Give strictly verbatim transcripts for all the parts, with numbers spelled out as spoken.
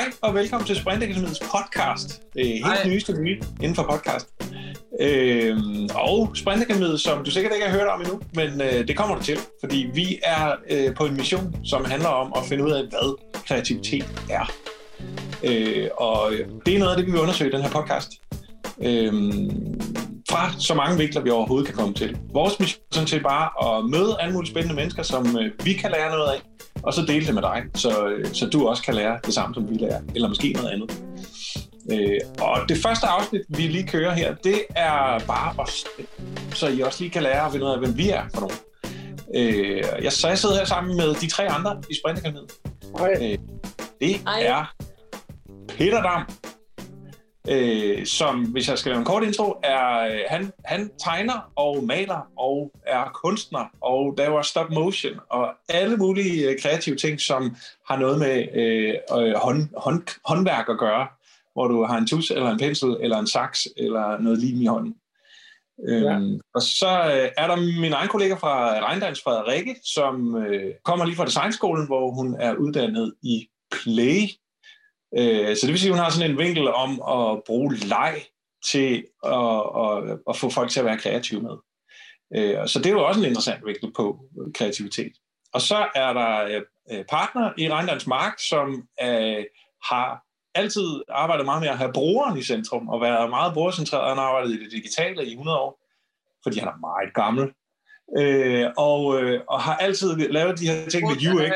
Hej og velkommen til Sprintakademiets podcast. Det er helt nyeste nye inden for podcast. Øhm, og Sprintakademiet, som du sikkert ikke har hørt om endnu, men øh, det kommer du til, fordi vi er øh, på en mission, som handler om at finde ud af, hvad kreativitet er. Øh, og det er noget af det, vi vil undersøge i den her podcast. Øh, fra så mange vinkler, vi overhovedet kan komme til. Vores mission er sådan set bare at møde alle mulige spændende mennesker, som øh, vi kan lære noget af, og så dele det med dig, så, øh, så du også kan lære det samme, som vi lærer, eller måske noget andet. Øh, og det første afsnit, vi lige kører her, det er bare os, så I også lige kan lære at finde ud af, hvem vi er for nogen. Øh, jeg, så jeg sidder her sammen med de tre andre i Sprintakademiet. Øh, det Hej. er Peter Dam, øh, som, hvis jeg skal lave en kort intro, er øh, han, han tegner og maler og er kunstner og laver stop motion og alle mulige øh, kreative ting, som har noget med øh, hånd, hånd, håndværk at gøre, hvor du har en tus eller en pensel eller en saks eller noget lim i hånden. Ja. Øhm, og så øh, er der min egen kollega fra Rejndans, Frederikke, som øh, kommer lige fra designskolen, hvor hun er uddannet i play. Øh, så det vil sige, at hun har sådan en vinkel om at bruge leg til at, at, at få folk til at være kreative med. Øh, så det er jo også en interessant vinkel på kreativitet. Og så er der øh, partner i Rejndans Mark, som øh, har altid arbejdet meget med at have brugeren i centrum, og været meget brugercentreret. Han har arbejdet i det digitale i hundrede år, fordi han er meget gammel. Øh, og, øh, og har altid lavet de her ting med U X.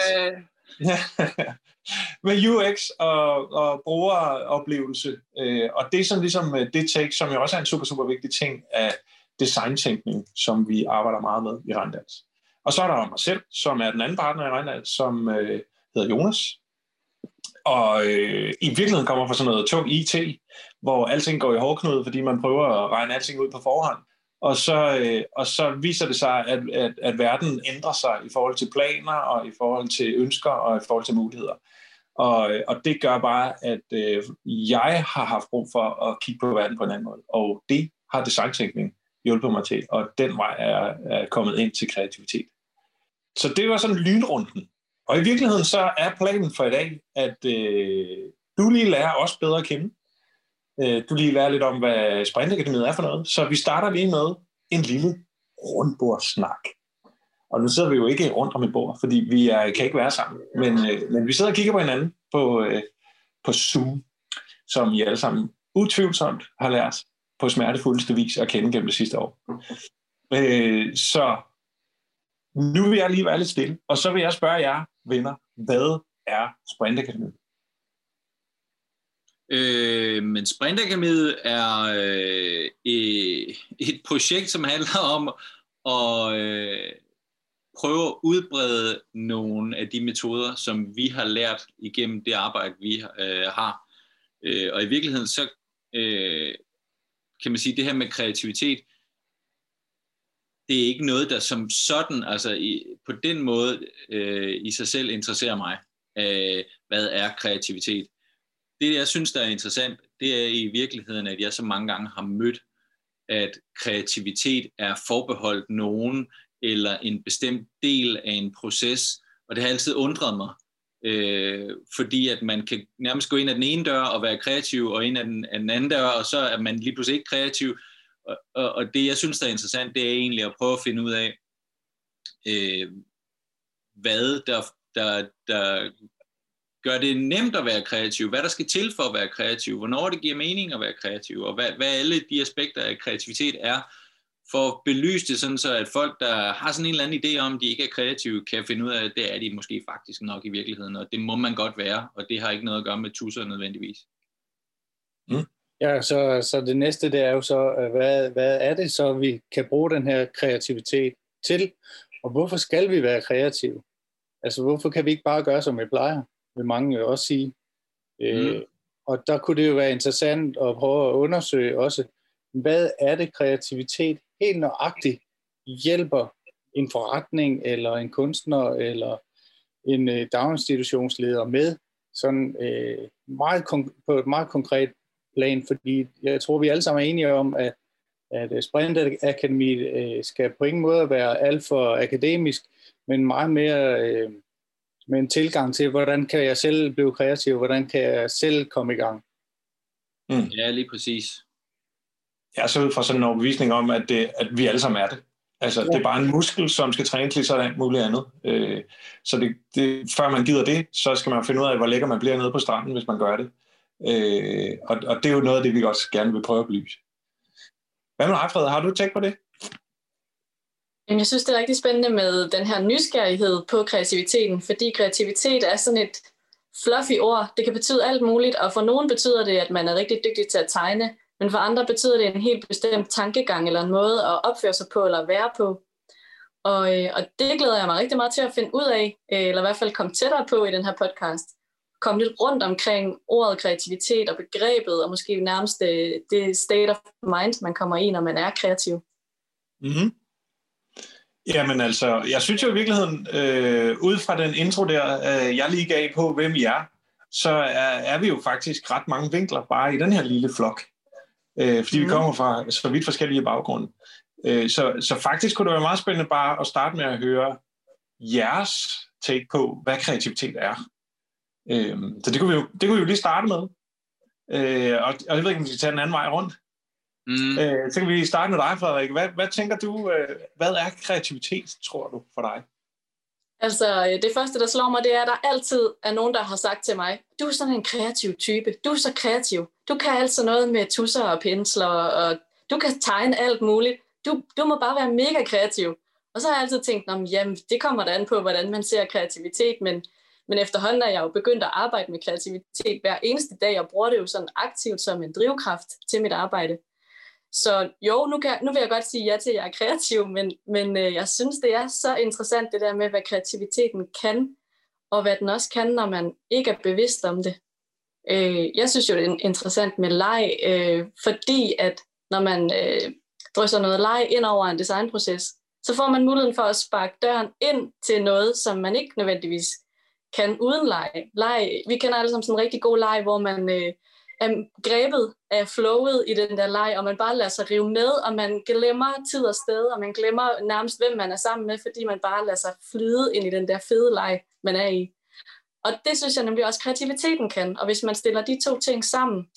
med U X og, og brugeroplevelse. Øh, og det er sådan ligesom det take, som jo også er en super, super vigtig ting af designtænkning, som vi arbejder meget med i Rejndans. Og så er der mig selv, som er den anden partner i Rejndans, som øh, hedder Jonas. Og øh, i virkeligheden kommer fra sådan noget tung I T, hvor alting går i hårdknude, fordi man prøver at regne alting ud på forhånd. Og så, øh, og så viser det sig, at, at, at verden ændrer sig i forhold til planer, og i forhold til ønsker, og i forhold til muligheder. Og, og det gør bare, at øh, jeg har haft brug for at kigge på verden på en anden måde. Og det har designtænkning hjulpet mig til, og den vej er, er kommet ind til kreativitet. Så det var sådan lynrunden. Og i virkeligheden så er planen for i dag, at øh, du lige lærer os bedre at kende. Øh, du lige lærer lidt om, hvad Sprintakademiet er for noget. Så vi starter lige med en lille rundbordssnak. Og nu sidder vi jo ikke rundt om et bord, fordi vi er, kan ikke være sammen. Men, øh, men vi sidder og kigger på hinanden på, øh, på Zoom, som I alle sammen utvivlsomt har lært på smertefuldeste vis at kende gennem det sidste år. Øh, så nu vil jeg lige være lidt stille, og så vil jeg spørge jer, venner, hvad er Sprintakademiet? Øh, men Sprintakademiet er øh, et projekt, som handler om at øh, prøve at udbrede nogle af de metoder, som vi har lært igennem det arbejde, vi øh, har. Øh, og i virkeligheden så øh, kan man sige, det her med kreativitet, det er ikke noget, der som sådan, altså i, på den måde øh, i sig selv interesserer mig. Øh, hvad er kreativitet? Det, jeg synes, der er interessant, det er i virkeligheden, at jeg så mange gange har mødt, at kreativitet er forbeholdt nogen, eller en bestemt del af en proces, og det har altid undret mig. Øh, fordi at man kan nærmest gå ind ad den ene dør og være kreativ, og ind ad den, ad den anden dør, og så er man lige pludselig ikke kreativ. Og, og, og det, jeg synes, der er interessant, det er egentlig at prøve at finde ud af, øh, hvad der, der, der gør det nemt at være kreativ, hvad der skal til for at være kreativ, hvornår det giver mening at være kreativ, og hvad, hvad alle de aspekter af kreativitet er, for at belyse det sådan, så at folk, der har sådan en eller anden idé om, at de ikke er kreative, kan finde ud af, at det er de måske faktisk nok i virkeligheden, og det må man godt være, og det har ikke noget at gøre med tusser nødvendigvis. Mm. Ja, så, så det næste, det er jo så, hvad, hvad er det så, vi kan bruge den her kreativitet til, og hvorfor skal vi være kreative? Altså, hvorfor kan vi ikke bare gøre, som vi plejer? Vil mange jo også sige. Mm. Øh, og der kunne det jo være interessant at prøve at undersøge også, hvad er det kreativitet helt nøjagtigt hjælper en forretning, eller en kunstner, eller en øh, daginstitutionsleder med, sådan øh, meget kon- på et meget konkret plan, fordi jeg tror, vi alle sammen er enige om, at, at Sprintakademiet øh, skal på ingen måde være alt for akademisk, men meget mere øh, med en tilgang til, hvordan kan jeg selv blive kreativ, hvordan kan jeg selv komme i gang. Mm. Ja, lige præcis. Jeg er så ud fra sådan en overbevisning om, at, det, at vi alle sammen er det. Altså, ja. Det er bare en muskel, som skal trænes lige sådan muligt andet. Øh, så det, det, før man gider det, så skal man finde ud af, hvor lækker man bliver nede på stranden, hvis man gør det. Øh, og, og det er jo noget af det, vi også gerne vil prøve at belyse. Hvad med dig, Frede? Har du tænkt på det? Jeg synes, det er rigtig spændende med den her nysgerrighed på kreativiteten, fordi kreativitet er sådan et fluffy ord. Det kan betyde alt muligt, og for nogen betyder det, at man er rigtig dygtig til at tegne, men for andre betyder det en helt bestemt tankegang eller en måde at opføre sig på eller være på. Og, og det glæder jeg mig rigtig meget til at finde ud af, eller i hvert fald komme tættere på i den her podcast. Komme lidt rundt omkring ordet kreativitet og begrebet, og måske nærmest det, det state of mind, man kommer i, når man er kreativ. Mm-hmm. Jamen altså, jeg synes jo i virkeligheden, øh, ud fra den intro der, øh, jeg lige gav på, hvem I er, så er, er vi jo faktisk ret mange vinkler bare i den her lille flok. Øh, fordi mm. vi kommer fra så vidt forskellige baggrunde. Øh, så, så faktisk kunne det være meget spændende bare at starte med at høre jeres take på, hvad kreativitet er. Øh, så det kunne, vi jo, det kunne vi jo lige starte med. Øh, og, og jeg ved ikke, om vi skal tage den anden vej rundt. Mm. Øh, så kan vi starte med dig, Frederik. Hvad, hvad tænker du, øh, hvad er kreativitet, tror du, for dig? Altså, det første, der slår mig, det er, at der altid er nogen, der har sagt til mig, du er sådan en kreativ type, du er så kreativ, du kan altså noget med tusser og pensler, og du kan tegne alt muligt, du, du må bare være mega kreativ. Og så har jeg altid tænkt, jamen, det kommer da an på, hvordan man ser kreativitet, men, men efterhånden er jeg jo begyndt at arbejde med kreativitet hver eneste dag, og bruger det jo sådan aktivt som en drivkraft til mit arbejde. Så jo, nu, kan, nu vil jeg godt sige ja til, at jeg er kreativ, men, men øh, jeg synes, det er så interessant det der med, hvad kreativiteten kan, og hvad den også kan, når man ikke er bevidst om det. Øh, jeg synes jo, det er interessant med leg, øh, fordi at når man øh, drysser noget leg ind over en designproces, så får man muligheden for at sparke døren ind til noget, som man ikke nødvendigvis kan uden leg. leg vi kender alle sammen sådan en rigtig god leg, hvor man øh, er grebet af flowet i den der leg, og man bare lader sig rive med, og man glemmer tid og sted, og man glemmer nærmest, hvem man er sammen med, fordi man bare lader sig flyde ind i den der fede leg, man er i. Og det synes jeg nemlig også, kreativiteten kan. Og hvis man stiller de to ting sammen,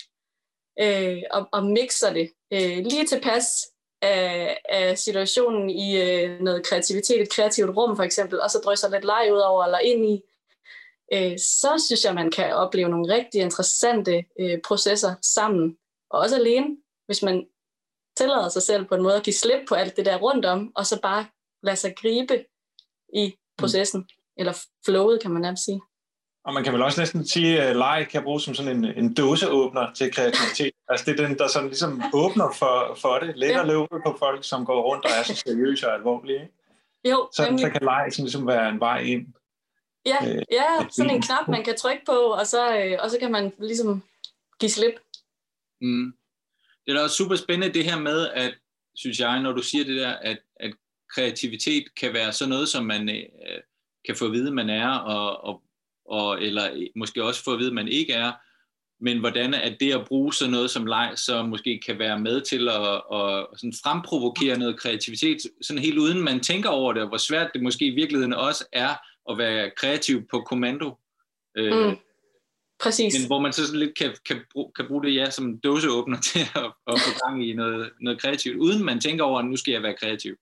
øh, og, og mixer det øh, lige tilpas af, af situationen i øh, noget kreativitet, et kreativt rum for eksempel, og så drysser lidt leg ud over eller ind i, øh, så synes jeg, man kan opleve nogle rigtig interessante øh, processer sammen. Og også alene, hvis man tillader sig selv på en måde at give slip på alt det der rundt om, og så bare lade sig gribe i processen, mm. eller flowet, kan man nærmest sige. Og man kan vel også næsten sige, at leg kan bruges som sådan en, en dåseåbner til kreativitet. Altså det er den, der sådan ligesom åbner for, for det. Let at løbe på folk, som går rundt og er så seriøse og alvorlige. Ikke? Jo, så, så kan leg sådan ligesom være en vej ind. Ja, øh, ja sådan en knap, man kan trykke på, og så, øh, og så kan man ligesom give slip. Mm. Det er da også super spændende det her med, at, synes jeg, når du siger det der, at, at kreativitet kan være sådan noget, som man øh, kan få at vide, man er, og, og Og, eller måske også få at vide, at man ikke er, men hvordan at det at bruge sådan noget som leg, så måske kan være med til at, at sådan fremprovokere noget kreativitet, sådan helt uden man tænker over det, og hvor svært det måske i virkeligheden også er at være kreativ på kommando. Mm, præcis. Men hvor man så sådan lidt kan, kan, bruge, kan bruge det ja, som dåseåbner til at, at få gang i noget, noget kreativt, uden man tænker over, at nu skal jeg være kreativ.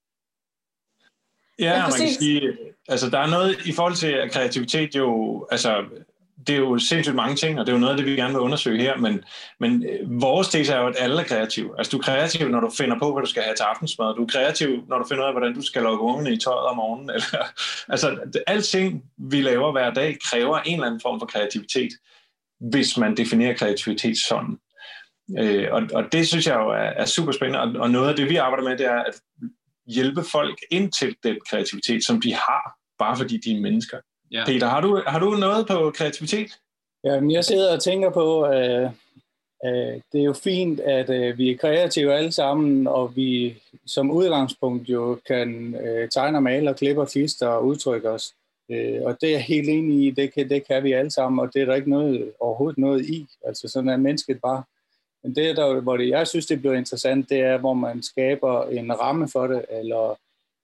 Ja, ja, man kan sige, altså der er noget i forhold til kreativitet jo, altså det er jo sindssygt mange ting, og det er jo noget af det, vi gerne vil undersøge her, men, men vores tese er jo, at alle er kreative. Altså du er kreativ, når du finder på, hvad du skal have til aftensmad. Du er kreativ, når du finder ud af, hvordan du skal lukke ungerne i tøjet om morgenen. Eller, altså alting, vi laver hver dag, kræver en eller anden form for kreativitet, hvis man definerer kreativitet sådan. Øh, og, og det synes jeg jo er, er super spændende, og, og noget af det, vi arbejder med, det er at hjælpe folk ind til den kreativitet, som de har, bare fordi de er mennesker. Ja. Peter, har du, har du noget på kreativitet? Ja, jeg sidder og tænker på, at øh, øh, det er jo fint, at øh, vi er kreative alle sammen, og vi som udgangspunkt jo kan øh, tegne og male og klippe og fiste og udtrykke os. Øh, og det er jeg helt enig i, det kan, det kan vi alle sammen, og det er der ikke noget, overhovedet noget i. Altså sådan er mennesket bare. Men det, der, hvor det, jeg synes, det bliver interessant, det er, hvor man skaber en ramme for det, eller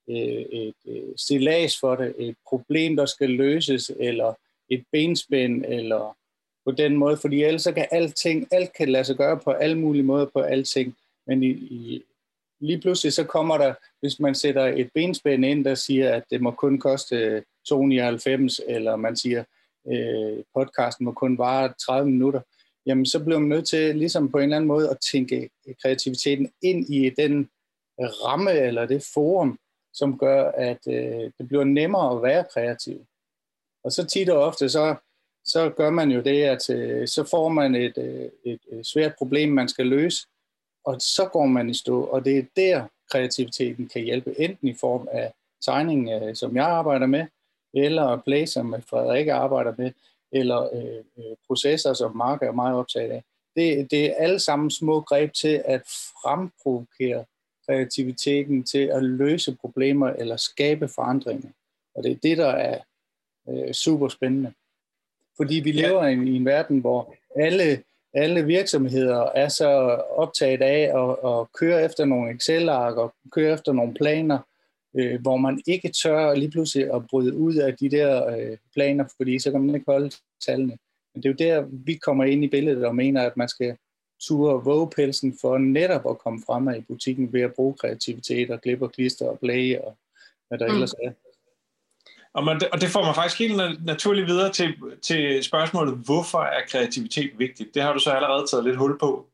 et, et stillads for det, et problem, der skal løses, eller et benspænd, eller på den måde, fordi ellers så kan alting, alt kan lade sig gøre på alle mulige måder på alting, men i, i, lige pludselig så kommer der, hvis man sætter et benspænd ind, der siger, at det må kun koste to komma nioghalvfems, eller man siger, øh, podcasten må kun vare tredive minutter, jamen så bliver man nødt til ligesom på en eller anden måde at tænke kreativiteten ind i den ramme eller det forum, som gør, at øh, det bliver nemmere at være kreativ. Og så tit og ofte, så, så gør man jo det, at øh, så får man et, øh, et, et svært problem, man skal løse, og så går man i stå, og det er der, kreativiteten kan hjælpe, enten i form af tegning, øh, som jeg arbejder med, eller play, som Frederik arbejder med, eller øh, processer, som Mark er meget optaget af. Det, det er alle sammen små greb til at fremprovokere kreativiteten til at løse problemer eller skabe forandringer. Og det er det, der er øh, super spændende. Fordi vi lever i, i en verden, hvor alle, alle virksomheder er så optaget af at, at køre efter nogle Excel-ark og køre efter nogle planer, øh, hvor man ikke tør lige pludselig at bryde ud af de der øh, planer, fordi så kan man ikke holde tallene. Men det er jo der, vi kommer ind i billedet og mener, at man skal ture vågepelsen for netop at komme frem i butikken ved at bruge kreativitet og klip og klister og play og hvad der mm. ellers er. Og, man, og det får mig faktisk helt naturligt videre til, til spørgsmålet, hvorfor er kreativitet vigtigt? Det har du så allerede taget lidt hul på.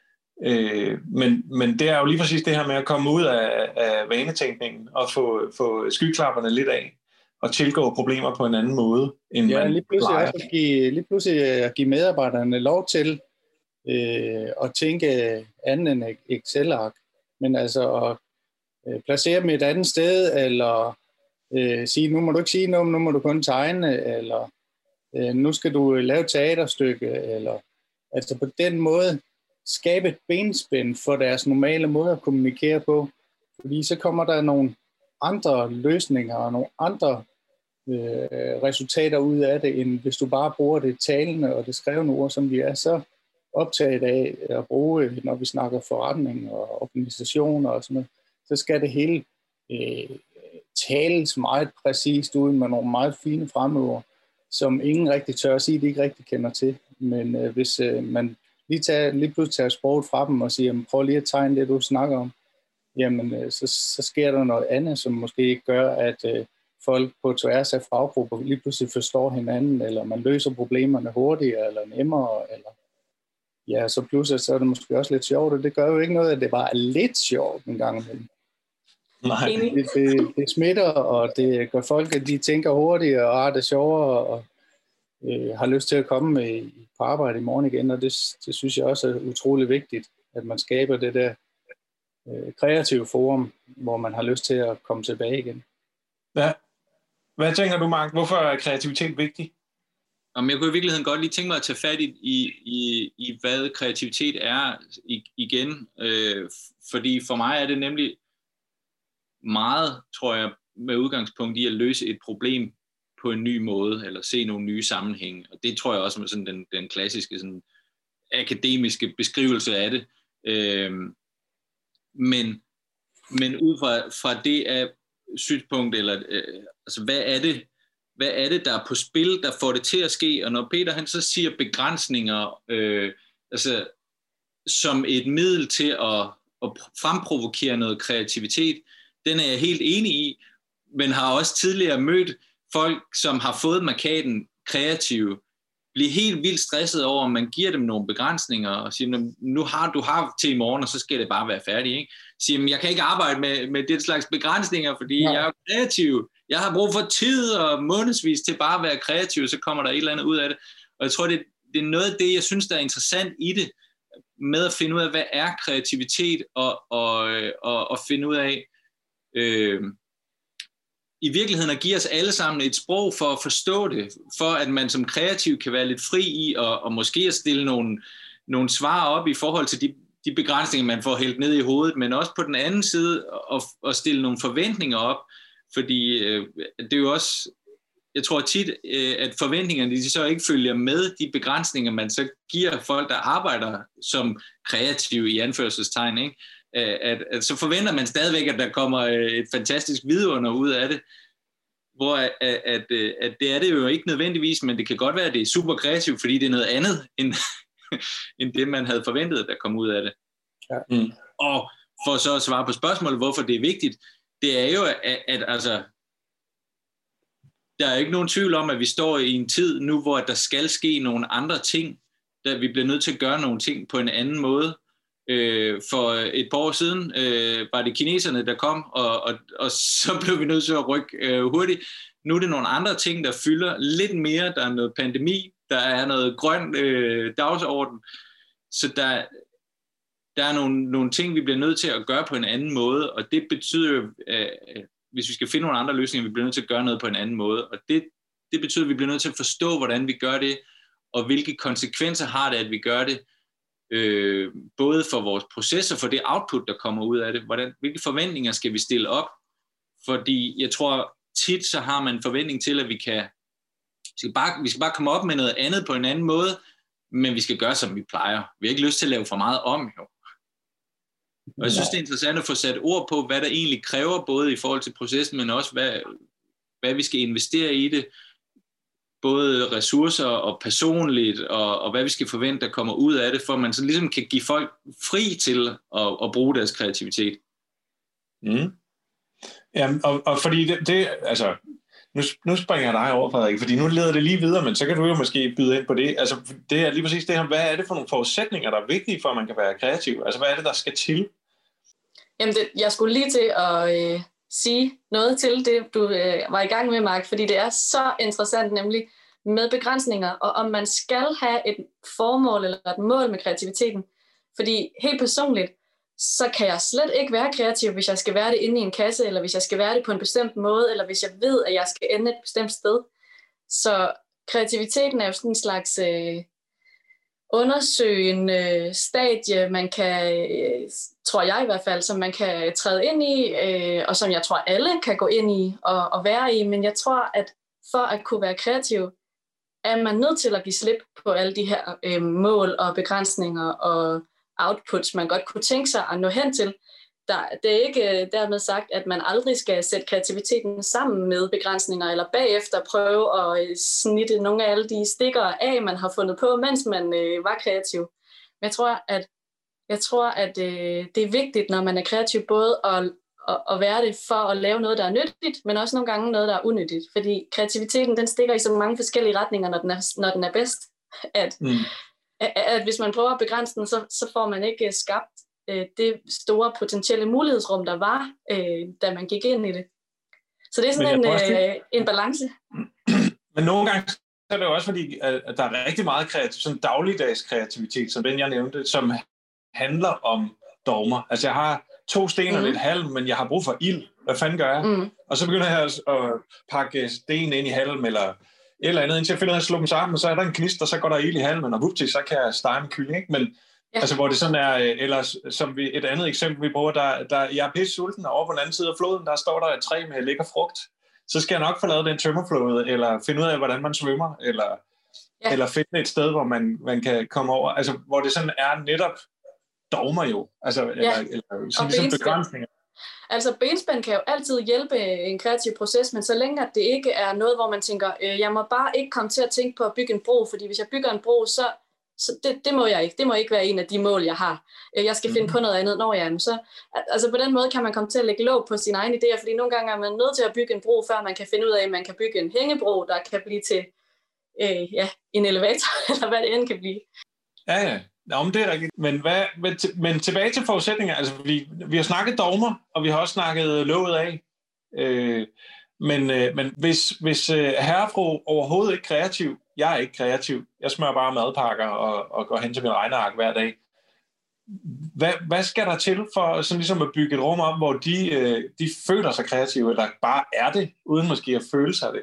Øh, men, men det er jo lige præcis det her med at komme ud af, af vanetænkningen og få, få skyklapperne lidt af og tilgå problemer på en anden måde, end ja, man lige pludselig plejer. også at give, lige pludselig at give medarbejderne lov til øh, at tænke andet end Excel-ark, men altså at øh, placere dem et andet sted, eller øh, sige, nu må du ikke sige noget, nu må du kun tegne, eller øh, nu skal du lave et teaterstykke, eller altså på den måde skabe et benspænd for deres normale måde at kommunikere på, fordi så kommer der nogle andre løsninger og nogle andre øh, resultater ud af det, end hvis du bare bruger det talende og det skrevne ord, som vi er så optaget af at bruge, når vi snakker forretning og organisation og sådan noget, så skal det hele øh, tales meget præcist ud med nogle meget fine fremmedord, som ingen rigtig tør at sige, de ikke rigtig kender til. Men øh, hvis øh, man lige, tager, lige pludselig tager sproget fra dem og siger, prøv lige at tegne det, du snakker om, jamen øh, så, så sker der noget andet, som måske ikke gør, at øh, folk på tværs af faggrupper lige pludselig forstår hinanden, eller man løser problemerne hurtigere eller nemmere, eller ja, så pludselig så er det måske også lidt sjovt, og det gør jo ikke noget, at det bare er lidt sjovt en gang imellem. Nej. Det, det, det smitter, og det gør folk, at de tænker hurtigere og har det sjovere, og øh, har lyst til at komme med, på arbejde i morgen igen, og det, det synes jeg også er utrolig vigtigt, at man skaber det der øh, kreative forum, hvor man har lyst til at komme tilbage igen. Ja. Hvad tænker du, Mark? Hvorfor er kreativitet vigtig? Jamen, jeg kunne i virkeligheden godt lige tænke mig at tage fat i, i, i, i hvad kreativitet er igen, øh, fordi for mig er det nemlig meget, tror jeg, med udgangspunkt i at løse et problem på en ny måde, eller se nogle nye sammenhænge. Og det tror jeg også er sådan den, den klassiske sådan, akademiske beskrivelse af det. Øhm, men, men ud fra, fra det af synspunkt, eller øh, altså, hvad er det, hvad er det, der er på spil, der får det til at ske? Og når Peter han så siger begrænsninger, øh, altså som et middel til at, at fremprovokere noget kreativitet, den er jeg helt enig i, men har også tidligere mødt folk, som har fået markaden kreative, blive helt vildt stresset over, om man giver dem nogle begrænsninger, og siger, nu har du har til i morgen, og så skal det bare være færdigt. Ikke? Siger, jeg kan ikke arbejde med, med det slags begrænsninger, fordi ja. jeg er kreativ. Jeg har brug for tid og månedsvis til bare at være kreativ, så kommer der et eller andet ud af det. Og jeg tror, det, det er noget af det, jeg synes, der er interessant i det, med at finde ud af, hvad er kreativitet, og, og, og, og finde ud af, øh, i virkeligheden at give os alle sammen et sprog for at forstå det, for at man som kreativ kan være lidt fri i, og, og måske at stille nogle, nogle svar op i forhold til de, de begrænsninger, man får hældt ned i hovedet, men også på den anden side at, at stille nogle forventninger op, fordi øh, det er jo også, jeg tror tit, øh, at forventningerne de så ikke følger med de begrænsninger, man så giver folk, der arbejder som kreative i anførselstegn, ikke? at, at så forventer man stadigvæk, at der kommer et fantastisk vidunder ud af det, hvor at, at, at det er det jo ikke nødvendigvis, men det kan godt være, at det er super kreativt, fordi det er noget andet, end, end det, man havde forventet, at der kom ud af det. Ja. Mm. Og for så at svare på spørgsmålet, hvorfor det er vigtigt, det er jo, at, at altså, der er ikke nogen tvivl om, at vi står i en tid nu, hvor der skal ske nogle andre ting, der vi bliver nødt til at gøre nogle ting på en anden måde. Øh, for et par år siden øh, var det kineserne, der kom, og, og, og så blev vi nødt til at rykke øh, hurtigt. Nu er det nogle andre ting, der fylder lidt mere. Der er noget pandemi, der er noget grøn øh, dagsorden, så der, der er nogle, nogle ting, vi bliver nødt til at gøre på en anden måde, og det betyder jo, øh, hvis vi skal finde nogle andre løsninger, vi bliver nødt til at gøre noget på en anden måde, og det, det betyder, at vi bliver nødt til at forstå, hvordan vi gør det, og hvilke konsekvenser har det, at vi gør det, øh, både for vores processer, for det output, der kommer ud af det, hvordan, hvilke forventninger skal vi stille op, fordi jeg tror tit, så har man en forventning til, at vi kan, vi skal bare, vi skal bare komme op med noget andet på en anden måde, men vi skal gøre, som vi plejer. Vi har ikke lyst til at lave for meget om, jo. Og jeg synes, det er interessant at få sat ord på, hvad der egentlig kræver, både i forhold til processen, men også, hvad, hvad vi skal investere i det, både ressourcer og personligt, og, og hvad vi skal forvente, der kommer ud af det, for at man så ligesom kan give folk fri til at, at bruge deres kreativitet. Mm. Ja, og, og fordi det, det altså, nu, nu springer jeg dig over, Frederik, fordi nu leder det lige videre, men så kan du jo måske byde ind på det. Altså, det er lige præcis det her, hvad er det for nogle forudsætninger, der er vigtige for, at man kan være kreativ? Altså, hvad er det, der skal til? Jamen, det, jeg skulle lige til at øh, sige noget til det, du øh, var i gang med, Mark, fordi det er så interessant, nemlig med begrænsninger, og om man skal have et formål eller et mål med kreativiteten. Fordi helt personligt, så kan jeg slet ikke være kreativ, hvis jeg skal være det inde i en kasse, eller hvis jeg skal være det på en bestemt måde, eller hvis jeg ved, at jeg skal ende et bestemt sted. Så kreativiteten er jo sådan en slags øh, undersøgende stadie, man kan, øh, tror jeg i hvert fald, som man kan træde ind i, øh, og som jeg tror alle kan gå ind i og, og være i. Men jeg tror, at for at kunne være kreativ, er man nødt til at give slip på alle de her øh, mål og begrænsninger og outputs, man godt kunne tænke sig at nå hen til. Der, det er ikke dermed sagt, at man aldrig skal sætte kreativiteten sammen med begrænsninger, eller bagefter prøve at snitte nogle af alle de stikker af, man har fundet på, mens man øh, var kreativ. Men jeg tror, at, jeg tror, at øh, det er vigtigt, når man er kreativ, både at, at, at være det for at lave noget, der er nyttigt, men også nogle gange noget, der er unyttigt. Fordi kreativiteten, den stikker i så mange forskellige retninger, når den er, når den er bedst, at mm. at hvis man prøver at begrænse den, så, så får man ikke skabt øh, det store potentielle mulighedsrum, der var, øh, da man gik ind i det. Så det er sådan en, øh, en balance. Men nogle gange er det jo også fordi, at der er rigtig meget kreativ, sådan dagligdags kreativitet, som den jeg nævnte, som handler om dogmer. Altså jeg har to sten og mm. lidt halm, men jeg har brug for ild. Hvad fanden gør jeg? Mm. Og så begynder jeg at pakke sten ind i halm, eller et eller andet, indtil jeg finder ud af at slå dem sammen, og så er der en knist, og så går der ild i halmen, og vupti, så kan jeg stege en kylling, ikke? Men ja. Altså, hvor det sådan er, eller som vi, et andet eksempel, vi bruger, der, der jeg er pisse sulten, og over på den anden side af floden, der står der et træ med lækker frugt, så skal jeg nok få lavet den tømmerflåde, eller finde ud af, hvordan man svømmer, eller, ja. eller finde et sted, hvor man, man kan komme over, altså, hvor det sådan er netop dogmer jo, altså, ja. eller, eller sådan ligesom begrænsninger. Altså benspænd kan jo altid hjælpe en kreativ proces, men så længe at det ikke er noget, hvor man tænker, øh, jeg må bare ikke komme til at tænke på at bygge en bro, fordi hvis jeg bygger en bro, så, så det, det må jeg ikke. Det må ikke være en af de mål, jeg har. Jeg skal finde mm. på noget andet, når jeg er. Så, altså på den måde kan man komme til at lægge låg på sine egne idéer, fordi nogle gange er man nødt til at bygge en bro, før man kan finde ud af, at man kan bygge en hængebro, der kan blive til øh, ja, en elevator, eller hvad det end kan blive. Ja, ja. Nå, men det er rigtigt. Men, hvad, men, men tilbage til forudsætninger. Altså, vi, vi har snakket dogmer, og vi har også snakket låget af. Øh, men, øh, men hvis, hvis øh, herrefru overhovedet ikke kreativ, jeg er ikke kreativ, jeg smører bare madpakker og, og går hen til min regneark hver dag. Hvad, hvad skal der til for sådan ligesom at bygge et rum op, hvor de, øh, de føler sig kreative, eller bare er det, uden måske at føle sig det?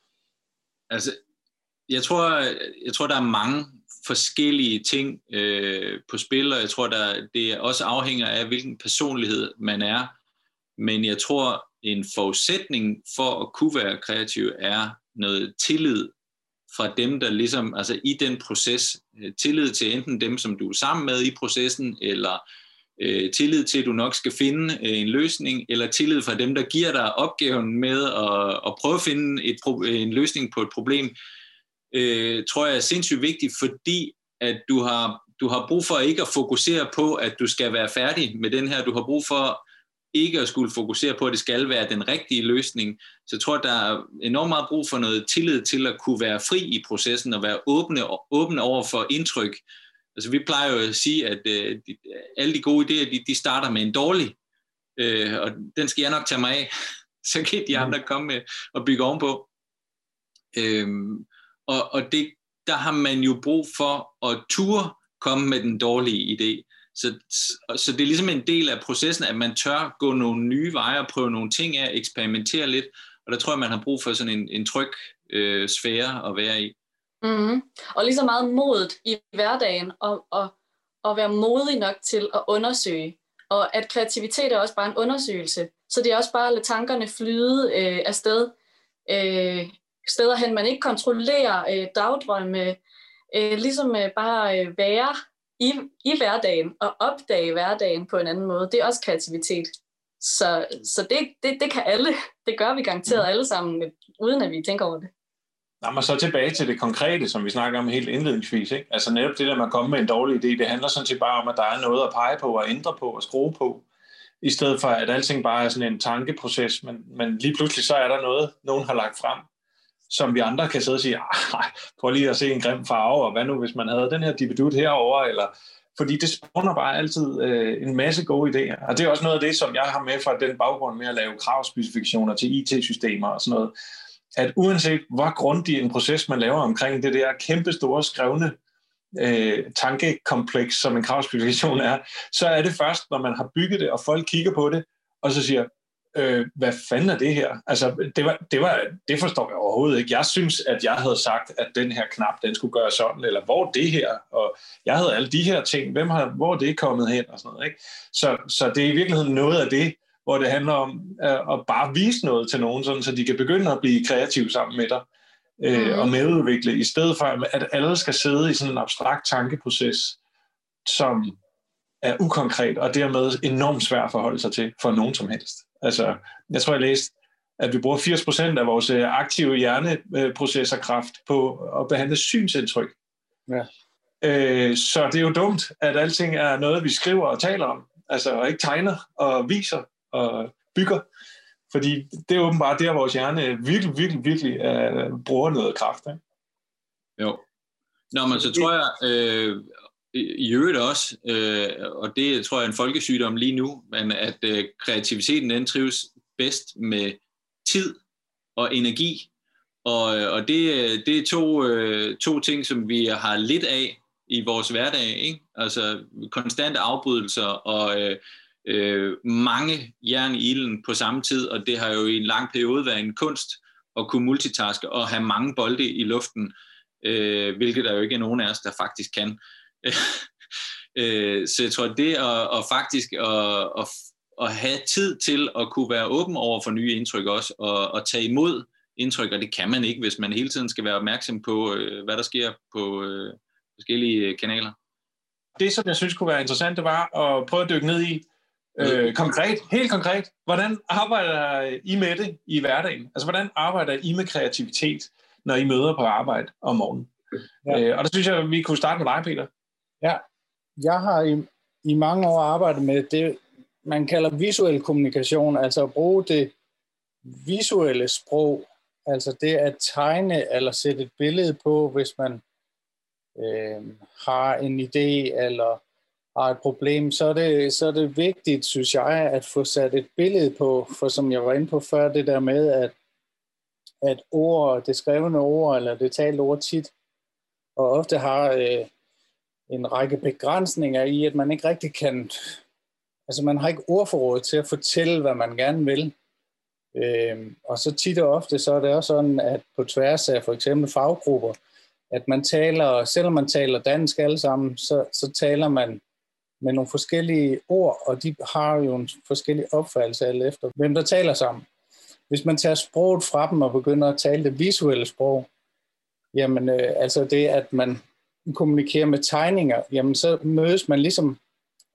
Altså, jeg tror, jeg tror der er mange forskellige ting øh, på spil, og jeg tror, der, det også afhænger af, hvilken personlighed man er. Men jeg tror, en forudsætning for at kunne være kreativ er noget tillid fra dem, der ligesom, altså i den proces, tillid til enten dem, som du er sammen med i processen, eller øh, tillid til, at du nok skal finde øh, en løsning, eller tillid fra dem, der giver dig opgaven med at, at prøve at finde et, en løsning på et problem, øh, tror jeg er sindssygt vigtigt, fordi at du har, du har brug for ikke at fokusere på, at du skal være færdig med den her. Du har brug for ikke at skulle fokusere på, at det skal være den rigtige løsning. Så jeg tror, der er enormt meget brug for noget tillid til at kunne være fri i processen og være åbne, åbne over for indtryk. Altså vi plejer jo at sige, at øh, de, alle de gode idéer, de, de starter med en dårlig, øh, og den skal jeg nok tage mig af. Så kan de andre komme med og bygge ovenpå. Øhm, og og det, der har man jo brug for at turde komme med den dårlige idé. Så, så det er ligesom en del af processen, at man tør gå nogle nye veje og prøve nogle ting af, eksperimentere lidt, og der tror jeg, man har brug for sådan en, en tryg øh, sfære at være i. Mm-hmm. Og lige så meget modet i hverdagen, og, og, og være modig nok til at undersøge, og at kreativitet er også bare en undersøgelse, så det er også bare at lade tankerne flyde øh, afsted, øh, steder hen, man ikke kontrollerer øh, dagdrømme, øh, ligesom øh, bare øh, være i, i hverdagen og opdage hverdagen på en anden måde. Det er også kreativitet. Så, så det, det, det kan alle. Det gør vi garanteret alle sammen, uden at vi tænker over det. Nå, men så tilbage til det konkrete, som vi snakker om helt indledningsvis. Ikke? Altså netop det der med at komme med en dårlig idé, det handler sådan set bare om, at der er noget at pege på og ændre på og skrue på, i stedet for at alting bare er sådan en tankeproces, men, men lige pludselig så er der noget, nogen har lagt frem, som vi andre kan sidde og sige, prøv lige at se en grim farve, og hvad nu hvis man havde den her dibidut herover, eller fordi det spawner bare altid øh, en masse gode idéer. Og det er også noget af det, som jeg har med fra den baggrund med at lave kravspecifikationer til I T-systemer og sådan noget, at uanset hvor grundig en proces man laver omkring det der kæmpe store skrevne øh, tankekompleks, som en kravspecifikation er, så er det først, når man har bygget det, og folk kigger på det, og så siger, øh, hvad fanden er det her? Altså, det, var, det, var, det forstår jeg overhovedet ikke. Jeg synes, at jeg havde sagt, at den her knap, den skulle gøre sådan, eller hvor er det her? Og jeg havde alle de her ting. Hvem har, hvor er det kommet hen? Og sådan noget, ikke? Så, så det er i virkeligheden noget af det, hvor det handler om uh, at bare vise noget til nogen, sådan, så de kan begynde at blive kreative sammen med dig uh, mm. og medudvikle, i stedet for at alle skal sidde i sådan en abstrakt tankeproces, som er ukonkret og dermed enormt svært at forholde sig til for nogen som helst. Altså, jeg tror, jeg læste, at vi bruger firs procent af vores aktive hjerneprocessorkraft på at behandle synsindtryk. Ja. Uh, så det er jo dumt, at alting er noget, vi skriver og taler om, altså og ikke tegner og viser og bygger, fordi det er åbenbart der, vores hjerne virkelig, virkelig, virkelig uh, bruger noget kraft. Ikke? Jo. Nå, men så tror jeg, øh, i øvrigt også, øh, og det tror jeg er en folkesygdom lige nu, men at øh, kreativiteten den trives bedst med tid og energi, og, og det, det er to, øh, to ting, som vi har lidt af i vores hverdag, ikke? Altså konstante afbrydelser og øh, øh, mange jern i ilden på samme tid, og det har jo i en lang periode været en kunst at kunne multitaske og have mange bolde i luften, øh, hvilket der jo ikke er nogen af os, der faktisk kan. Så jeg tror, det at, at faktisk at, at, at have tid til at kunne være åben over for nye indtryk også, og, og tage imod indtryk, og det kan man ikke, hvis man hele tiden skal være opmærksom på, hvad der sker på øh, forskellige kanaler. Det, som jeg synes kunne være interessant, det var at prøve at dykke ned i, øh, konkret, helt konkret, hvordan arbejder I med det i hverdagen? Altså, hvordan arbejder I med kreativitet, når I møder på arbejde om morgenen? Ja. Øh, og der synes jeg, vi kunne starte med dig, Peter. Ja, jeg har i, i mange år arbejdet med det, man kalder visuel kommunikation, altså at bruge det visuelle sprog, altså det at tegne eller sætte et billede på, hvis man øh, har en idé eller har et problem, så er, det, så er det vigtigt, synes jeg, at få sat et billede på, for som jeg var inde på før, det der med, at, at ord, det skrevne ord eller det talte ord tit, og ofte har øh, en række begrænsninger i, at man ikke rigtig kan, altså man har ikke ordforråd til at fortælle, hvad man gerne vil. Øhm, og så tit og ofte, så er det også sådan, at på tværs af for eksempel faggrupper, at man taler, selvom man taler dansk alle sammen, så, så taler man med nogle forskellige ord, og de har jo en forskellig opfattelse alt efter, hvem der taler sammen. Hvis man tager sproget fra dem og begynder at tale det visuelle sprog, jamen øh, altså det, at man kommunikerer med tegninger, jamen så mødes man ligesom,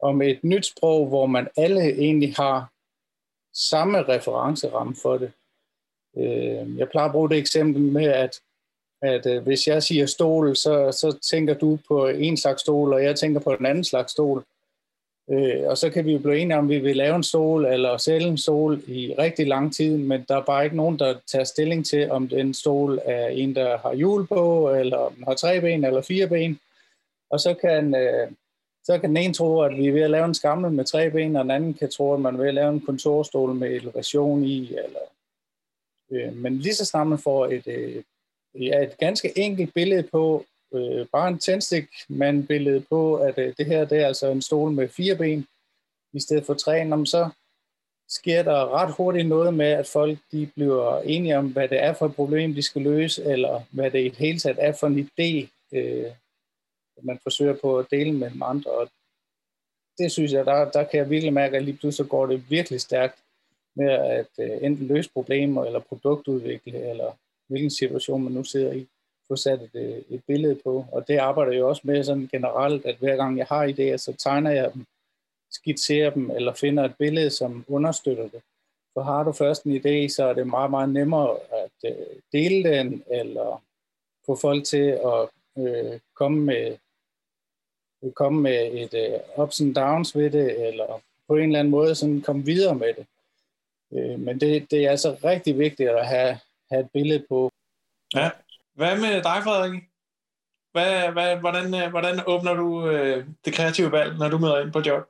om et nyt sprog, hvor man alle egentlig har samme referenceramme for det. Jeg plejer at bruge det eksempel med, at, at hvis jeg siger stol, så, så tænker du på en slags stol, og jeg tænker på en anden slags stol. Og så kan vi jo blive enige om, vi vil lave en stol eller sælge en stol i rigtig lang tid, men der er bare ikke nogen, der tager stilling til, om den stol er en, der har hjul på, eller om den har tre ben eller fire ben. Og så kan, så kan den ene tro, at vi er ved at lave en skammel med tre ben, og den anden kan tro, at man er ved at lave en kontorstol med elevation i. Eller, men lige så snart man får et, et, et ganske enkelt billede på, Øh, bare en tændstikmand-billede på, at øh, det her det er altså en stol med fire ben i stedet for tre, om så sker der ret hurtigt noget med, at folk de bliver enige om, hvad det er for et problem, de skal løse, eller hvad det i det hele taget er for en idé, øh, man forsøger på at dele med andre. Og det synes jeg, der, der kan jeg virkelig mærke, at lige pludselig går det virkelig stærkt med at øh, enten løse problemer, eller produktudvikle, eller hvilken situation man nu sidder i. Få sat et, et billede på, og det arbejder jeg også med sådan generelt, at hver gang jeg har idéer, så tegner jeg dem, skitserer dem, eller finder et billede, som understøtter det. For har du først en idé, så er det meget, meget nemmere at øh, dele den, eller få folk til at øh, komme med komme med et øh, ups and downs ved det, eller på en eller anden måde sådan komme videre med det. Øh, men det, det er altså rigtig vigtigt at have, have et billede på. Ja. Hvad med dig, Frederik? Hvad, hvad, hvordan, hvordan åbner du øh, det kreative valg, når du møder ind på job?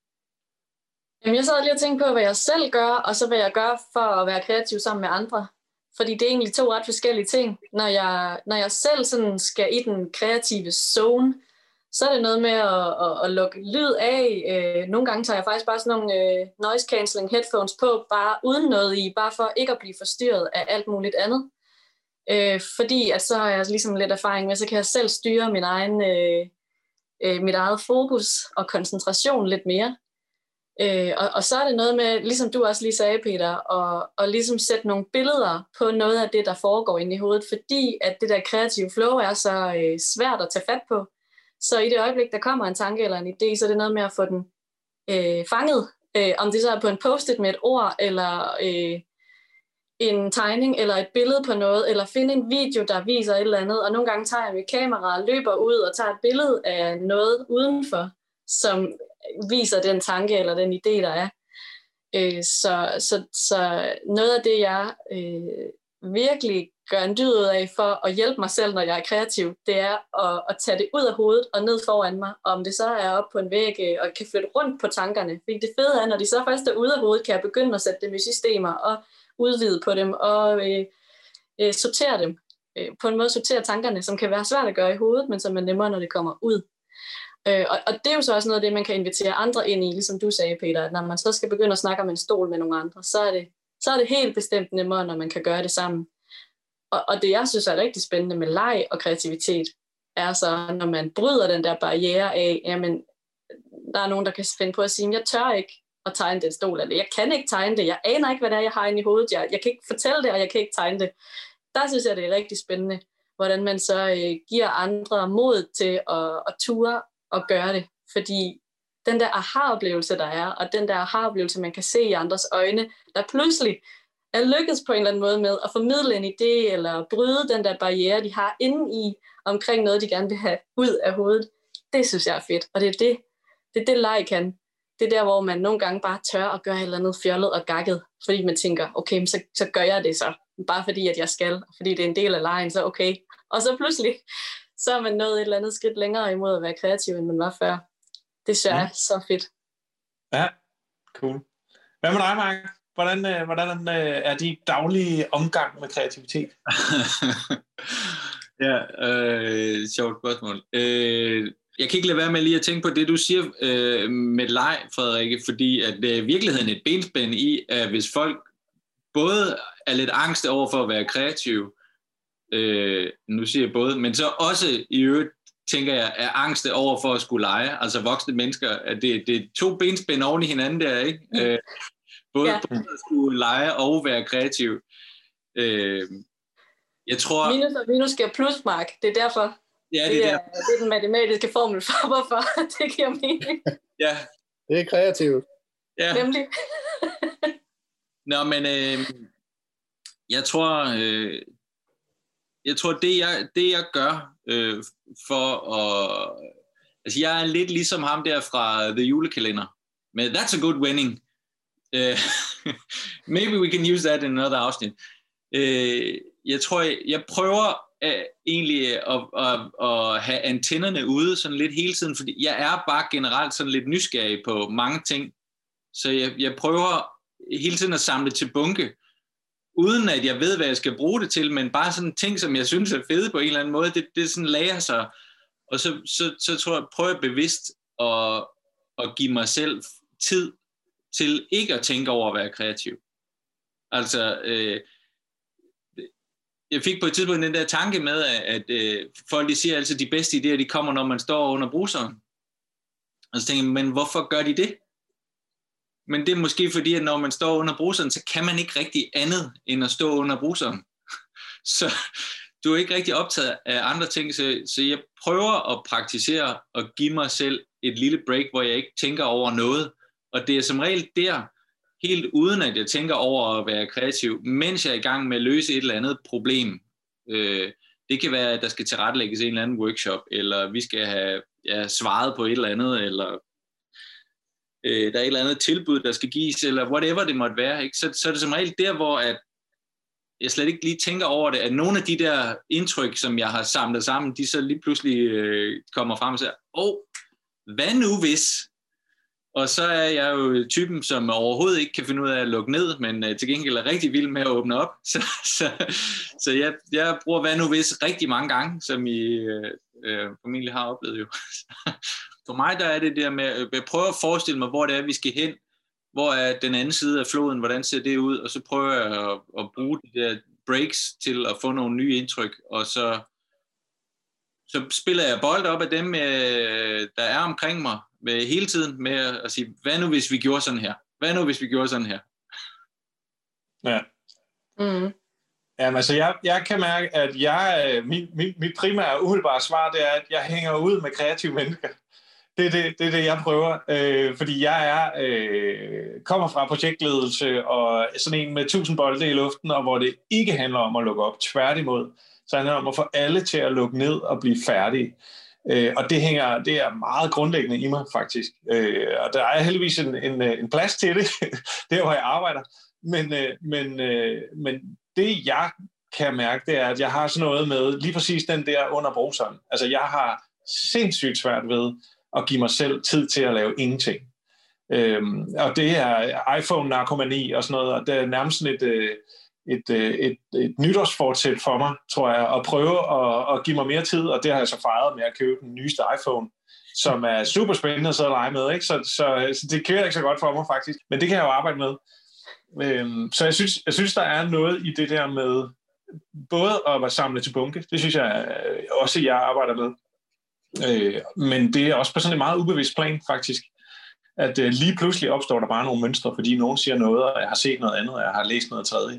Jamen, jeg sad lige og tænkte på, hvad jeg selv gør, og så hvad jeg gør for at være kreativ sammen med andre. Fordi det er egentlig to ret forskellige ting. Når jeg, når jeg selv sådan skal i den kreative zone, så er det noget med at, at, at lukke lyd af. Øh, nogle gange tager jeg faktisk bare sådan nogle øh, noise cancelling headphones på, bare uden noget i, bare for ikke at blive forstyrret af alt muligt andet. Øh, fordi at så har jeg ligesom lidt erfaring med, så kan jeg selv styre min egen, øh, øh, mit eget fokus og koncentration lidt mere. Øh, og, og så er det noget med, ligesom du også lige sagde, Peter, at, at ligesom sætte nogle billeder på noget af det, der foregår inde i hovedet, fordi at det der kreative flow er så øh, svært at tage fat på. Så i det øjeblik, der kommer en tanke eller en idé, så er det noget med at få den øh, fanget. Øh, om det så er på en post-it med et ord, eller øh, en tegning, eller et billede på noget, eller finde en video, der viser et eller andet. Og nogle gange tager jeg mit kamera og løber ud og tager et billede af noget udenfor, som viser den tanke eller den idé, der er. Øh, så, så, så noget af det, jeg øh, virkelig gør en dyd ud af for at hjælpe mig selv, når jeg er kreativ, det er at, at tage det ud af hovedet og ned foran mig. Og om det så er oppe på en væg og kan flytte rundt på tankerne. Fordi det fede er, når de så først er ude af hovedet, kan jeg begynde at sætte dem i systemer og udvide på dem og øh, øh, sortere dem. Øh, på en måde sortere tankerne, som kan være svært at gøre i hovedet, men som er nemmere, når det kommer ud. Øh, og, og det er jo så også noget af det, man kan invitere andre ind i, ligesom du sagde, Peter, at når man så skal begynde at snakke om en stol med nogle andre, så er det, så er det helt bestemt nemmere, når man kan gøre det sammen. Og, og det, jeg synes er rigtig spændende med leg og kreativitet, er så, når man bryder den der barriere af, jamen, der er nogen, der kan finde på at sige, jeg tør ikke at tegne den stol, eller jeg kan ikke tegne det, jeg aner ikke, hvad det er, jeg har inde i hovedet, jeg, jeg kan ikke fortælle det, og jeg kan ikke tegne det. Der synes jeg, det er rigtig spændende, hvordan man så øh, giver andre mod til at, at ture og gøre det, fordi den der aha-oplevelse, der er, og den der aha-oplevelse, man kan se i andres øjne, der pludselig er lykkedes på en eller anden måde med at formidle en idé, eller bryde den der barriere, de har inde i, omkring noget, de gerne vil have ud af hovedet, det synes jeg er fedt, og det er det, det, er det leg kan. Det er der, hvor man nogle gange bare tør at gøre et eller andet fjollet og gakket, fordi man tænker, okay, så, så gør jeg det så, bare fordi, at jeg skal, og fordi det er en del af legen, så okay. Og så pludselig, så er man nået et eller andet skridt længere imod at være kreativ, end man var før. Det synes jeg er så fedt. Ja, cool. Hvad med dig, Mark? Hvordan, hvordan er din daglige omgang med kreativitet? ja, øh, sjovt spørgsmål. Øh, jeg kan ikke lade være med lige at tænke på det, du siger øh, med leg, Frederik, fordi at det er i virkeligheden et benspænd i, at hvis folk både er lidt angst over for at være kreative, øh, nu siger jeg både, men så også i øvrigt, tænker jeg, er angste over for at skulle lege, altså voksne mennesker, at det, det er to benspænd oven i hinanden der, ikke? Øh, både, ja. både at skulle lege og være kreativ. Øh, jeg tror... Minus og minus giver plus, Mark. Det er derfor. Ja, det, det, er, er, det er den matematiske formel for, hvorfor det giver mening. Ja, Det er kreativt. Ja. Nemlig. Nå, men øh, jeg tror, øh, jeg tror det jeg, det jeg gør øh, for at, altså jeg er lidt ligesom ham der fra The Julekalender, med That's a good winning. Uh, maybe we can use that in another afsnit. Uh, jeg tror, jeg, jeg prøver uh, egentlig at, at, at have antennerne ude sådan lidt hele tiden, fordi jeg er bare generelt sådan lidt nysgerrig på mange ting. Så jeg, jeg prøver hele tiden at samle til bunke, uden at jeg ved, hvad jeg skal bruge det til, men bare sådan ting, som jeg synes er fede på en eller anden måde, det, det sådan lærer sig. Og så, så, så tror jeg, prøver jeg bevidst at, at give mig selv tid til ikke at tænke over at være kreativ. Altså, øh, jeg fik på et tidspunkt den der tanke med, at øh, folk de siger altså, at de bedste idéer, de kommer, når man står under bruseren. Og så tænker jeg, men hvorfor gør de det? Men det er måske fordi, at når man står under bruseren, så kan man ikke rigtig andet, end at stå under bruseren. Så du er ikke rigtig optaget af andre ting, så, så jeg prøver at praktisere og give mig selv et lille break, hvor jeg ikke tænker over noget. Og det er som regel der, helt uden at jeg tænker over at være kreativ, mens jeg er i gang med at løse et eller andet problem. Øh, det kan være, at der skal tilrettelægges en eller anden workshop, eller vi skal have ja, svaret på et eller andet, eller øh, der er et eller andet tilbud, der skal gives, eller whatever det måtte være. Ikke? Så, så er det som regel der, hvor at jeg slet ikke lige tænker over det, at nogle af de der indtryk, som jeg har samlet sammen, de så lige pludselig øh, kommer frem og siger, åh, oh, hvad nu hvis? Og så er jeg jo typen, som overhovedet ikke kan finde ud af at lukke ned, men uh, til gengæld er rigtig vild med at åbne op. Så, så, så jeg, jeg bruger hvad nu hvis rigtig mange gange, som I uh, uh, formentlig har oplevet jo. For mig der er det der med at prøve at forestille mig, hvor det er, vi skal hen. Hvor er den anden side af floden, hvordan ser det ud? Og så prøver jeg at, at bruge de der breaks til at få nogle nye indtryk, og så, så spiller jeg bold op af dem, der er omkring mig, med hele tiden med at sige, hvad nu hvis vi gjorde sådan her? Hvad nu hvis vi gjorde sådan her? Ja. Mm. Jamen altså, jeg, jeg kan mærke, at jeg, min, min, mit primære umiddelbare svar, det er, at jeg hænger ud med kreative mennesker. Det er det, det, er det jeg prøver, øh, fordi jeg er øh, kommer fra projektledelse og sådan en med tusind bolde i luften, og hvor det ikke handler om at lukke op, tværtimod, så handler det om at få alle til at lukke ned og blive færdige. Øh, og det hænger, det er meget grundlæggende i mig faktisk. Øh, og der er heldigvis en, en, en plads til det, der hvor jeg arbejder. Men, øh, men, øh, men det jeg kan mærke, det er, at jeg har sådan noget med lige præcis den der under bruseren. Altså jeg har sindssygt svært ved at give mig selv tid til at lave ingenting. Øh, og det er iPhone-narkomani og sådan noget, og det er nærmest sådan et... Øh, Et, et, et nytårsfortsæt for mig, tror jeg, at prøve at, at give mig mere tid, og det har jeg så fejret med at købe den nyeste iPhone, som er super spændende at sidde og lege med, ikke? Så, så, så det kører ikke så godt for mig faktisk, men det kan jeg jo arbejde med. Øhm, så jeg synes, jeg synes, der er noget i det der med både at være samlet til bunke, det synes jeg også, jeg arbejder med, øh, men det er også på sådan en meget ubevidst plan faktisk, at øh, lige pludselig opstår der bare nogle mønstre, fordi nogen siger noget, og jeg har set noget andet, og jeg har læst noget tredje.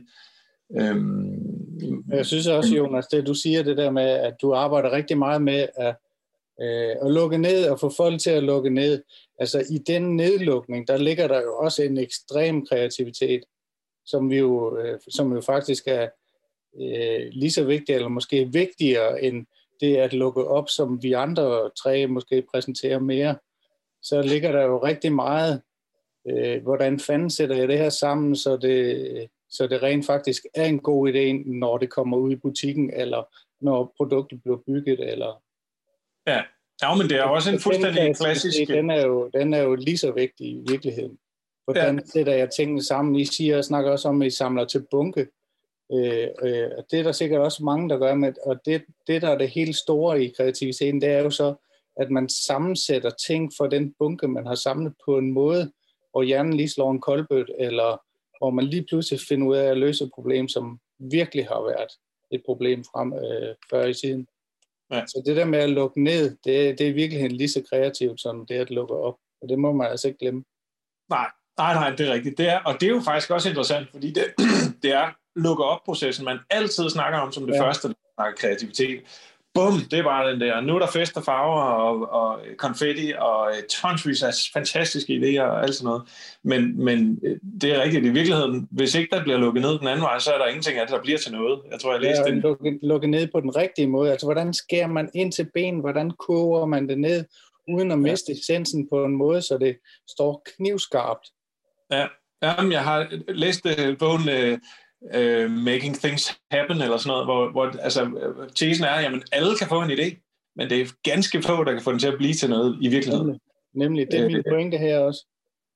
Øhm, jeg synes også, Jonas, det du siger det der med, at du arbejder rigtig meget med at, øh, at lukke ned og få folk til at lukke ned. Altså i den nedlukning, der ligger der jo også en ekstrem kreativitet, som, vi jo, øh, som jo faktisk er øh, lige så vigtig, eller måske vigtigere end det at lukke op, som vi andre tre måske præsenterer mere. Så ligger der jo rigtig meget, øh, hvordan fanden sætter jeg det her sammen, så det, så det rent faktisk er en god idé, når det kommer ud i butikken, eller når produktet bliver bygget. Eller... Ja. Ja, men det er også en fuldstændig klassisk... Den er, jo, den er jo lige så vigtig i virkeligheden. Hvordan ja. sætter jeg tingene sammen? I siger og snakker også om, at I samler til bunke. Øh, øh, det er der sikkert også mange, der gør med, og det, det der er det helt store i kreativiteten, det er jo så, at man sammensætter ting for den bunke, man har samlet på en måde, hvor hjernen lige slår en koldbøt, eller hvor man lige pludselig finder ud af at løse et problem, som virkelig har været et problem frem øh, før i tiden. Ja. Så det der med at lukke ned, det, det er virkelig lige så kreativt, som det at lukke op. Og det må man altså ikke glemme. Nej, nej, nej, det er rigtigt. Det er, og det er jo faktisk også interessant, fordi det, det er lukke op-processen, man altid snakker om som det ja. første, når man snakker kreativitet. bum, det er bare den der. Nu er der fest og farver og, og konfetti og tonsvis af fantastiske idéer og alt sådan noget. Men, men det er rigtigt. I virkeligheden, hvis ikke der bliver lukket ned den anden vej, så er der ingenting af det, der bliver til noget. Jeg tror, jeg læste ja, det. Lukke, lukke ned på den rigtige måde. Altså, hvordan skærer man ind til ben? Hvordan koger man det ned, uden at miste ja. essensen på en måde, så det står knivskarpt? Ja, Jamen, jeg har læst uh, bogen uh, uh, Making Things Happen, eller sådan noget, hvor, hvor altså, tesen er, at alle kan få en idé, men det er ganske få, der kan få den til at blive til noget i virkeligheden. Nemlig, Nemlig. det er min pointe her også.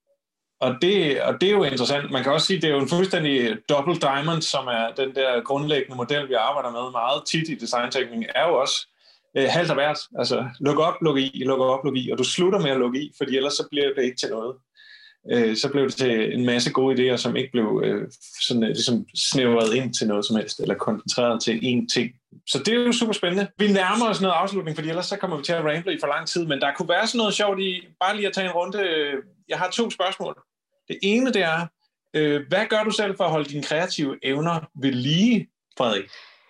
Og det, og det er jo interessant. Man kan også sige, at det er jo en fuldstændig double diamond, som er den der grundlæggende model, vi arbejder med meget tit i designtænkning, er jo også øh, halvt og hvert. Altså, luk op, luk i, luk op, luk i, og du slutter med at lukke i, fordi ellers så bliver det ikke til noget. Øh, så blev det til en masse gode idéer, som ikke blev øh, sådan, øh, ligesom snævret ind til noget som helst, eller koncentreret til én ting. Så det er jo super spændende. Vi nærmer os noget afslutning, fordi ellers så kommer vi til at ramble i for lang tid, men der kunne være sådan noget sjovt i, bare lige at tage en runde. Jeg har to spørgsmål. Det ene, det er, øh, hvad gør du selv for at holde dine kreative evner ved lige, Frederik?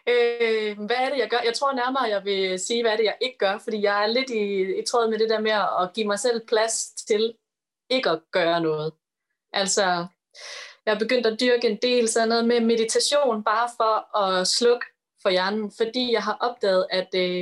Øh, hvad er det, jeg gør? Jeg tror nærmere, jeg vil sige, hvad er det, jeg ikke gør, fordi jeg er lidt i, i tråd med det der med at give mig selv plads til ikke at gøre noget. Altså, jeg har begyndt at dyrke en del sådan noget med meditation, bare for at slukke for hjernen, fordi jeg har opdaget, at øh,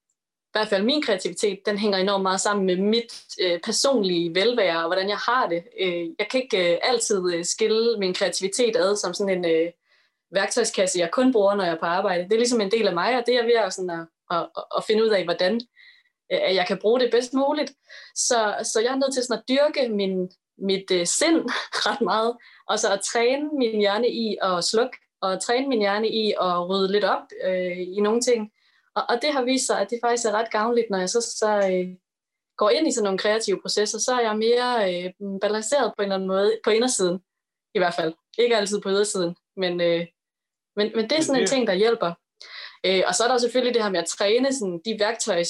i hvert fald min kreativitet, den hænger enormt meget sammen med mit øh, personlige velvære, og hvordan jeg har det. Øh, jeg kan ikke øh, altid øh, skille min kreativitet ad som sådan en øh, værktøjskasse, jeg kun bruger, når jeg er på arbejde. Det er ligesom en del af mig, og det er ved at, sådan at, at, at finde ud af, hvordan øh, jeg kan bruge det bedst muligt. Så, så jeg er nødt til sådan at dyrke min, mit øh, sind ret meget, og så at træne min hjerne i at slukke, og træne min hjerne i at rydde lidt op øh, i nogle ting. Og, og det har vist sig, at det faktisk er ret gavnligt, når jeg så, så øh, går ind i sådan nogle kreative processer, så er jeg mere øh, balanceret på en eller anden måde, på indersiden i hvert fald. Ikke altid på ydersiden, men, øh, men, men det er sådan en ting, der hjælper. Øh, og så er der selvfølgelig det her med at træne sådan, de, værktøjs,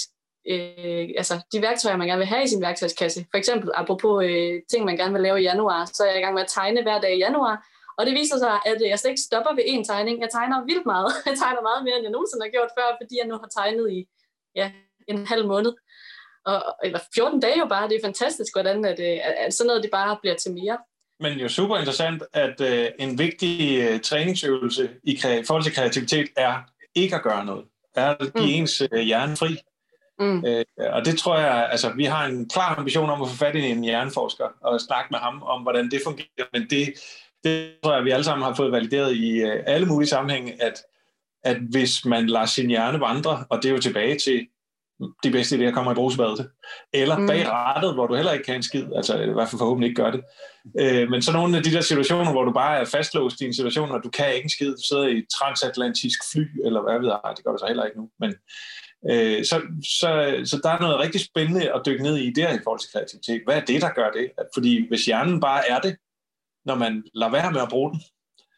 øh, altså, de værktøjer, man gerne vil have i sin værktøjskasse. For eksempel, apropos øh, ting, man gerne vil lave i januar, så er jeg i gang med at tegne hver dag i januar. Og det viser sig, at jeg slet ikke stopper ved én tegning. Jeg tegner vildt meget. Jeg tegner meget mere, end jeg nogensinde har gjort før, fordi jeg nu har tegnet i ja, en halv måned. Og, eller fjorten dage jo bare. Det er fantastisk, hvordan at, at sådan noget det bare bliver til mere. Men jo super interessant, at uh, en vigtig uh, træningsøvelse i kre- forhold til kreativitet er ikke at gøre noget. Er at give mm. ens uh, hjerne fri. Mm. Uh, og det tror jeg, altså vi har en klar ambition om at få fat i en hjerneforsker og snakke med ham om, hvordan det fungerer. Men det Det tror jeg, vi alle sammen har fået valideret i uh, alle mulige sammenhænge, at, at hvis man lader sin hjerne vandre, og det er jo tilbage til de bedste idéer kommer i brugsbadet, eller mm. bag rattet, hvor du heller ikke kan en skid, altså i hvert fald forhåbentlig ikke gør det. Uh, men så nogle af de der situationer, hvor du bare er fastlåst i en situation, og du kan ikke en skid, du sidder i et transatlantisk fly, eller hvad ved jeg, det gør du så heller ikke nu, men uh, så, så, så der er noget rigtig spændende at dykke ned i der i forhold til kreativitet. Hvad er det, der gør det? Fordi hvis hjernen bare er det, når man lader være med at bruge den,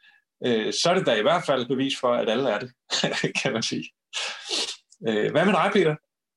øh, så er det da i hvert fald et bevis for, at alle er det, kan man sige. Øh, hvad med dig, Peter?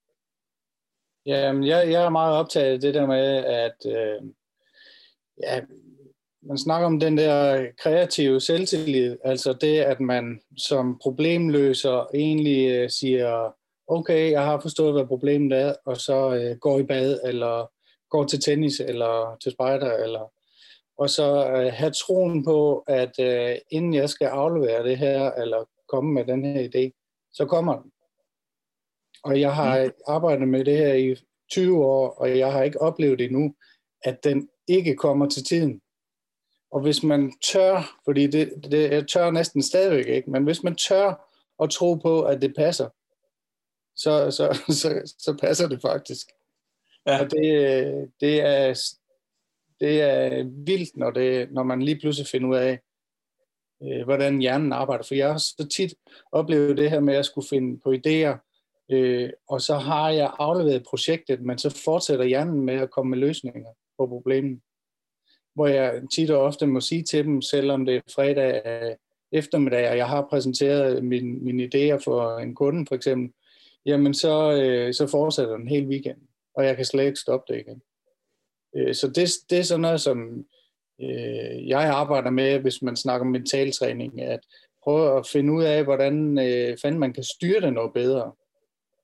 Jamen, jeg, jeg er meget optaget af det der med, at øh, ja, man snakker om den der kreative selvtillid, altså det, at man som problemløser egentlig øh, siger, okay, jeg har forstået, hvad problemet er, og så øh, går i bad, eller går til tennis, eller til spejder, eller og så øh, have troen på, at øh, inden jeg skal aflevere det her, eller komme med den her idé, så kommer den. Og jeg har arbejdet med det her i tyve år, og jeg har ikke oplevet endnu, at den ikke kommer til tiden. Og hvis man tør, fordi det, det jeg tør næsten stadigvæk ikke, men hvis man tør at tro på, at det passer, så, så, så, så passer det faktisk. Ja. Og det, det er... Det er vildt, når, det, når man lige pludselig finder ud af, øh, hvordan hjernen arbejder. For jeg har så tit oplevet det her med, at jeg skulle finde på idéer, øh, og så har jeg afleveret projektet, men så fortsætter hjernen med at komme med løsninger på problemet. Hvor jeg tit og ofte må sige til dem, selvom det er fredag eftermiddag, og jeg har præsenteret min, mine idéer for en kunde for eksempel, jamen så, øh, så fortsætter den hele weekend, og jeg kan slet ikke stoppe det igen. Så det, det er sådan noget, som øh, jeg arbejder med, hvis man snakker om mentaltræning, at prøve at finde ud af, hvordan øh, fanden man kan styre det noget bedre.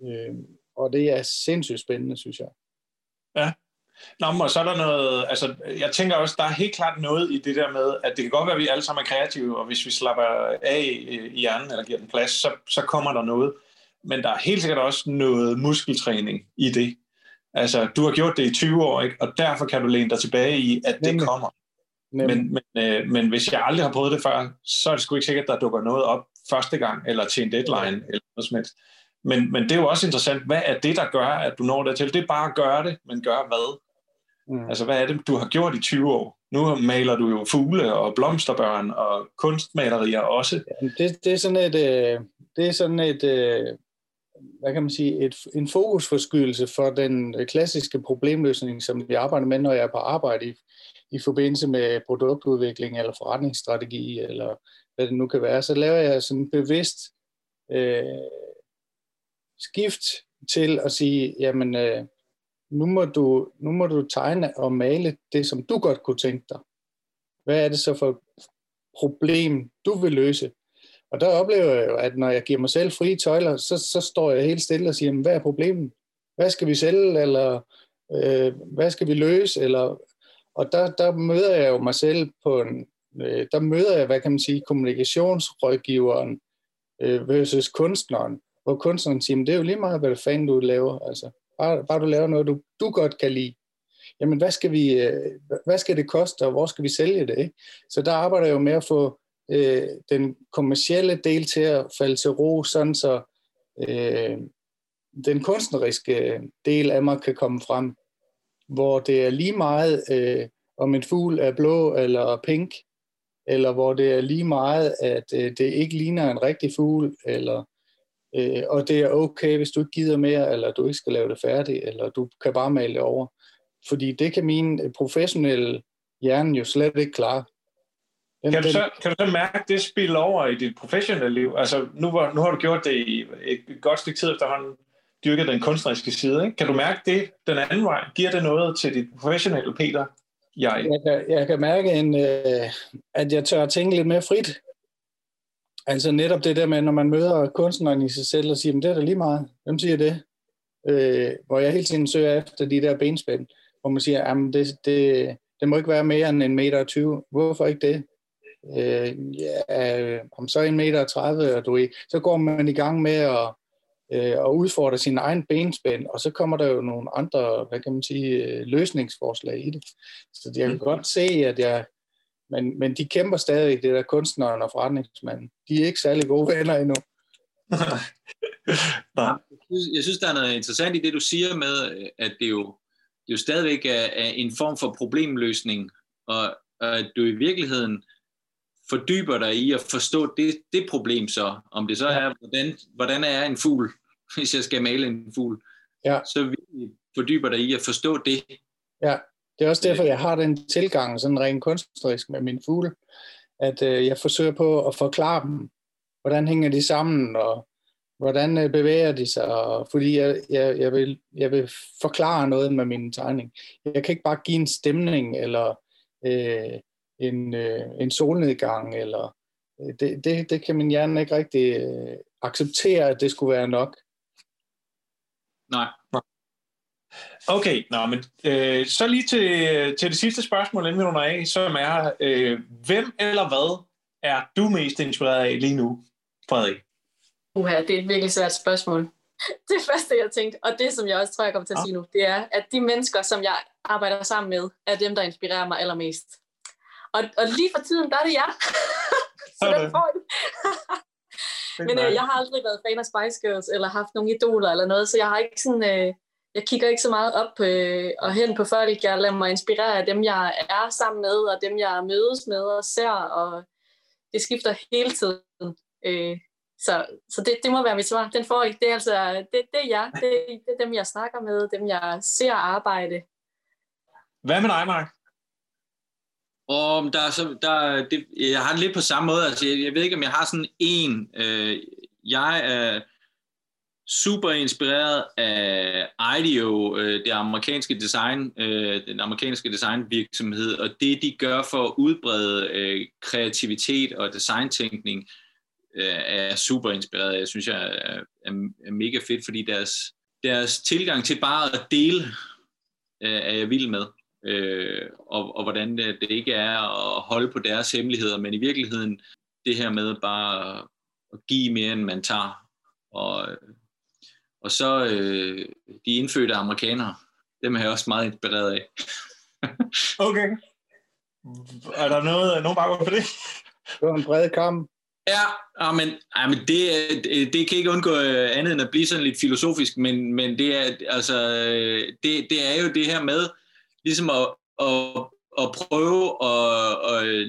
Øh, og det er sindssygt spændende, synes jeg. Ja. Nå, men så er der noget, altså jeg tænker også, der er helt klart noget i det der med, at det kan godt være, at vi alle sammen er kreative, og hvis vi slapper af i hjernen, eller giver den plads, så, så kommer der noget. Men der er helt sikkert også noget muskeltræning i det. Altså, du har gjort det i tyve år, ikke? Og derfor kan du læne dig tilbage i, at det Nemlig. kommer. Men, men, øh, men hvis jeg aldrig har prøvet det før, så er det sgu ikke sikkert, at der dukker noget op første gang, eller til en deadline, ja. eller noget som helst. Men, men det er jo også interessant, hvad er det, der gør, at du når det til? Det er bare at gøre det, men gør hvad? Mm. Altså, hvad er det, du har gjort i tyve år? Nu maler du jo fugle og blomsterbørn og kunstmalerier også. Ja, det, det er sådan et, det er sådan et, hvad kan man sige, et, en fokusforskydelse for den klassiske problemløsning, som vi arbejder med, når jeg er på arbejde i, i forbindelse med produktudvikling eller forretningsstrategi, eller hvad det nu kan være. Så laver jeg sådan bevidst øh, skift til at sige, jamen, øh, nu, må du, nu må du tegne og male det, som du godt kunne tænke dig. Hvad er det så for et problem, du vil løse? Og der oplever jeg jo, at når jeg giver mig selv frie tøjler, så, så står jeg helt stille og siger, hvad er problemet? Hvad skal vi sælge? Eller øh, hvad skal vi løse? Eller, og der, der møder jeg jo mig selv på en, øh, der møder jeg, hvad kan man sige, kommunikationsrådgiveren øh, versus kunstneren. Hvor kunstneren siger, det er jo lige meget, hvad det fanden du laver. Altså, bare, bare du laver noget, du, du godt kan lide. Jamen, hvad skal, vi, øh, hvad skal det koste, og hvor skal vi sælge det? Ikke? Så der arbejder jeg jo med at få øh, den kommercielle del til at falde til ro, sådan så øh, den kunstneriske del af mig kan komme frem, hvor det er lige meget, øh, om en fugl er blå eller pink, eller hvor det er lige meget, at øh, det ikke ligner en rigtig fugl, eller, øh, og det er okay, hvis du ikke gider mere, eller du ikke skal lave det færdigt, eller du kan bare male det over. Fordi det kan min professionelle hjerne jo slet ikke klare. Den, kan, du så, kan du så mærke det spille over i dit professionelle liv? Altså, nu, nu har du gjort det i et godt stykke tid efterhånden, dyrket den kunstneriske side. Ikke? Kan du mærke det den anden vej? Giver det noget til dit professionelle Peter? Jeg, jeg, kan, jeg kan mærke, en, øh, at jeg tør at tænke lidt mere frit. Altså netop det der med, når man møder kunstneren i sig selv og siger, det er da lige meget. Hvem siger det? Øh, hvor jeg hele tiden søger efter de der benspænd, hvor man siger, at det, det, det må ikke være mere end en meter og tyve. Hvorfor ikke det? Øh, ja, om så en meter og tredive, og du, så går man i gang med at, øh, at udfordre sin egen benspænd, og så kommer der jo nogle andre, hvad kan man sige, løsningsforslag i det. Så jeg kan godt se, at jeg, men, men de kæmper stadig, det der kunstneren og forretningsmanden. De er ikke særlig gode venner endnu. Jeg synes, der er noget interessant i det, du siger med, at det jo, det jo stadigvæk er, er en form for problemløsning, og, og at du i virkeligheden fordyber dig i at forstå det, det problem så, om det så er, hvordan, hvordan er en fugl, hvis jeg skal male en fugl, ja. Så vi fordyber dig i at forstå det. Ja, det er også derfor, jeg har den tilgang, sådan rent kunstnerisk med min fugle, at øh, jeg forsøger på at forklare dem, hvordan hænger de sammen, og hvordan bevæger de sig, og fordi jeg, jeg, jeg, vil, jeg vil forklare noget med min tegning. Jeg kan ikke bare give en stemning, eller øh, en, øh, en solnedgang, eller øh, det, det, det kan min hjerne ikke rigtig øh, acceptere, at det skulle være nok. Nej. Okay, nå, men øh, så lige til, til det sidste spørgsmål, inden vi runder af, som er, øh, hvem eller hvad er du mest inspireret af lige nu, Frederik? Uha, det er et virkelig svært spørgsmål. Det første, jeg tænkte, og det, som jeg også tror, jeg kommer til at sige nu, det er, at de mennesker, som jeg arbejder sammen med, er dem, der inspirerer mig allermest. Og, og lige for tiden, der er det jeg. Så den får det. Men øh, jeg har aldrig været fan af Spice Girls, eller haft nogle idoler eller noget, så jeg har ikke sådan, øh, jeg kigger ikke så meget op øh, og hen på folk. Jeg lader mig inspirere af dem, jeg er sammen med, og dem, jeg mødes med og ser, og det skifter hele tiden. Øh, Så, så det, det må være mit svar. Den får ikke. Det er altså det, det er jeg. Det, det er dem, jeg snakker med, dem, jeg ser arbejde. Hvad med dig, Mark? Og der er så, der, det, jeg har det lidt på samme måde. Altså, jeg, jeg ved ikke, om jeg har sådan en. Øh, jeg er super inspireret af IDEO, øh, det amerikanske design, øh, den amerikanske designvirksomhed, og det, de gør for at udbrede øh, kreativitet og designtænkning er jeg super inspireret af. Jeg synes, jeg er, er, er mega fedt, fordi deres, deres tilgang til bare at dele, er jeg vild med. Øh, og, og hvordan det, det ikke er at holde på deres hemmeligheder, men i virkeligheden det her med bare at give mere, end man tager. Og, og så øh, de indfødte amerikanere, dem er jeg også meget inspireret af. Okay. Er der noget, nogen baggrund for det? Det var en bred kamp. Ja, men, ja, men det, det, det kan ikke undgå andet end at blive sådan lidt filosofisk, men, men det, er, altså, det, det er jo det her med ligesom at, at, at prøve at, at,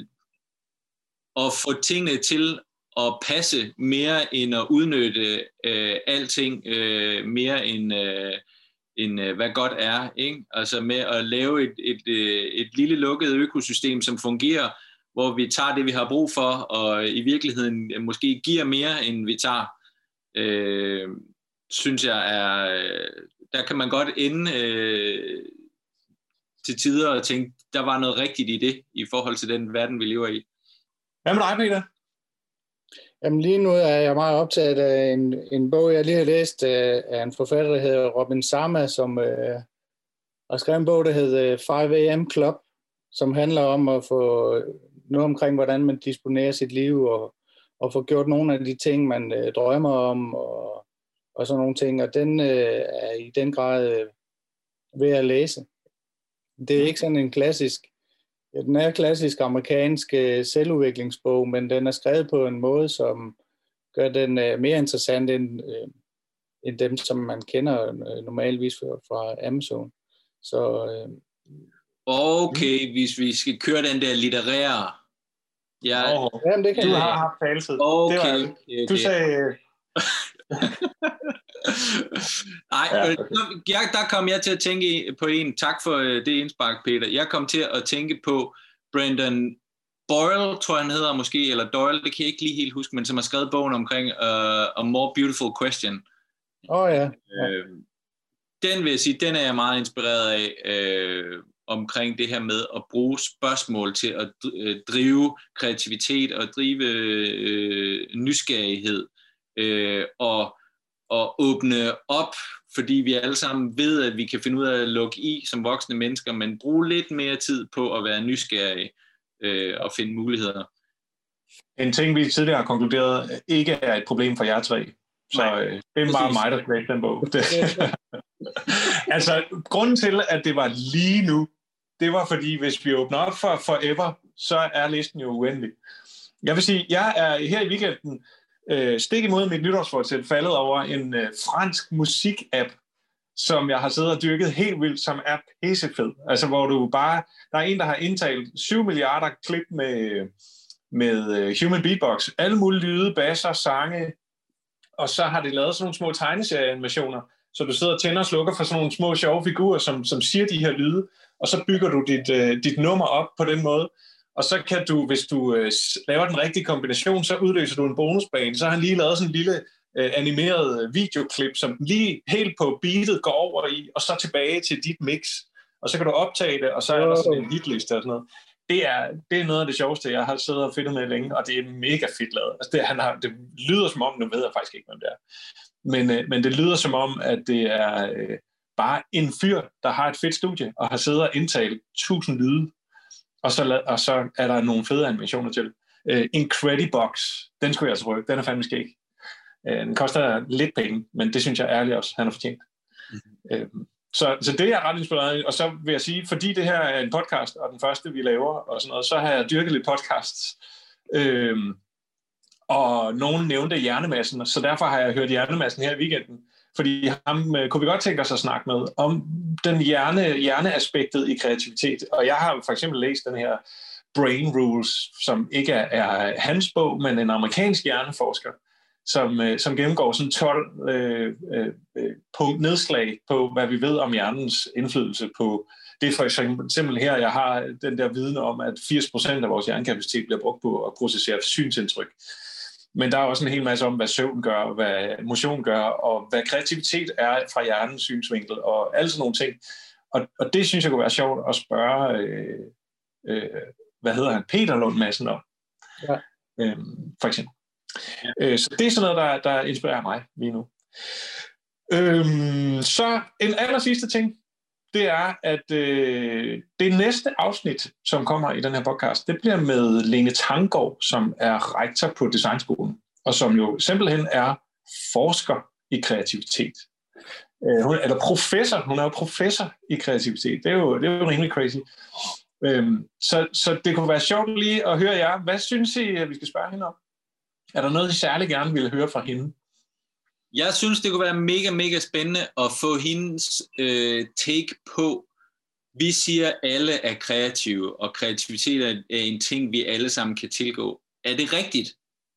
at få tingene til at passe mere end at udnytte øh, alting øh, mere end, øh, end øh, hvad godt er, ikke? Altså med at lave et, et, et, et lille lukket økosystem, som fungerer, hvor vi tager det, vi har brug for, og i virkeligheden måske giver mere, end vi tager, øh, synes jeg er, der kan man godt ende øh, til tider og tænke, der var noget rigtigt i det, i forhold til den verden, vi lever i. Hvad med dig, Peter? Jamen lige nu er jeg meget optaget af en, en bog, jeg lige har læst af en forfatter, der hedder Robin Sharma, som øh, har skrevet en bog, der hedder five a m Club, som handler om at få noget omkring, hvordan man disponerer sit liv, og, og få gjort nogle af de ting, man øh, drømmer om, og, og sådan nogle ting. Og den øh, er i den grad øh, ved at læse. Det er ikke sådan en klassisk, ja, den er klassisk amerikansk øh, selvudviklingsbog, men den er skrevet på en måde, som gør den øh, mere interessant end, øh, end dem, som man kender øh, normalvis fra, fra Amazon. Så øh, okay, hvis vi skal køre den der litterære. Ja, oh, jamen, det kan du jeg. har haft taltid. Okay, det var, okay, okay. Du sagde... Nej, ja, okay. jeg, der kom jeg til at tænke på en. Tak for det indspark, Peter. Jeg kom til at tænke på Brendan Boyle, tror jeg han hedder måske, eller Doyle, det kan jeg ikke lige helt huske, men som har skrevet bogen omkring uh, A More Beautiful Question. Åh oh, ja. ja. Øh, den vil jeg sige, den er jeg meget inspireret af, øh, omkring det her med at bruge spørgsmål til at drive kreativitet og drive øh, nysgerrighed øh, og, og åbne op, fordi vi alle sammen ved, at vi kan finde ud af at lukke i som voksne mennesker, men bruge lidt mere tid på at være nysgerrige øh, og finde muligheder. En ting, vi tidligere har konkluderet, ikke er et problem for jer tre. Så øh, det er bare mig, der skrev den bog. Altså, grunden til, at det var lige nu, det var fordi, hvis vi åbner op for forever, så er listen jo uendelig. Jeg vil sige, jeg er her i weekenden øh, stik imod mit nytårsforsæt faldet over en øh, fransk musik-app, som jeg har siddet og dyrket helt vildt, som er pissefed. Altså, hvor du bare, der er en, der har indtalt syv milliarder klip med, med øh, human beatbox, alle mulige lyde, basser, sange, og så har de lavet sådan nogle små tegneserieanimationer, så du sidder og tænder og slukker for sådan nogle små sjove figurer, som, som siger de her lyde, og så bygger du dit, øh, dit nummer op på den måde. Og så kan du, hvis du øh, laver den rigtige kombination, så udløser du en bonusbane. Så har han lige lavet sådan en lille øh, animeret videoklip, som lige helt på beatet går over i, og så tilbage til dit mix. Og så kan du optage det, og så er der sådan en hitliste og sådan noget. Det er, det er noget af det sjoveste, jeg har siddet og fedtet med længe, og det er mega fedt lavet. Altså det, han har, det lyder som om, nu ved jeg faktisk ikke, hvem det er, men, øh, men det lyder som om, at det er øh, bare en fyr, der har et fedt studie, og har siddet og indtalt tusind lyde, og så, og så er der nogle fede animationer til. Øh, Incredibox, den skulle jeg altså prøve, den er fandme skæg. Øh, den koster lidt penge, men det synes jeg ærligt også, han har fortjent. Mm-hmm. Øh, Så, så det er jeg ret inspireret. Og så vil jeg sige, fordi det her er en podcast, og den første, vi laver, og sådan noget, så har jeg dyrket lidt podcasts. Øhm, og nogen nævnte Hjernemassen, så derfor har jeg hørt Hjernemassen her i weekenden. Fordi ham øh, kunne vi godt tænke os at snakke med om den hjerne, hjerneaspektet i kreativitet. Og jeg har for eksempel læst den her Brain Rules, som ikke er, er hans bog, men en amerikansk hjerneforsker, som, øh, som gennemgår sådan tolv øh, øh, punkt nedslag på, hvad vi ved om hjernens indflydelse på det. For eksempel her, jeg har den der viden om, at firs procent af vores hjernekapacitet bliver brugt på at processere synsindtryk. Men der er også en hel masse om, hvad søvn gør, hvad motion gør, og hvad kreativitet er fra hjernens synsvinkel, og alle sådan nogle ting. Og, og det synes jeg kunne være sjovt at spørge, øh, øh, hvad hedder han, Peter Lund Madsen om, ja. øhm, for eksempel. Øh, så det er sådan noget, der, der inspirerer mig lige nu. Øhm, så en aller sidste ting, det er, at øh, det næste afsnit, som kommer i den her podcast, det bliver med Lene Tanggaard, som er rektor på Designskolen, og som jo simpelthen er forsker i kreativitet. Øh, hun, eller professor, hun er jo professor i kreativitet. Det er jo, det er jo rimelig crazy. Øhm, så, så det kunne være sjovt lige at høre jer. Hvad synes I, at vi skal spørge hende om? Er der noget, I særlig gerne ville høre fra hende? Jeg synes, det kunne være mega, mega spændende at få hendes øh, take på, vi siger, at alle er kreative, og kreativitet er en ting, vi alle sammen kan tilgå. Er det rigtigt?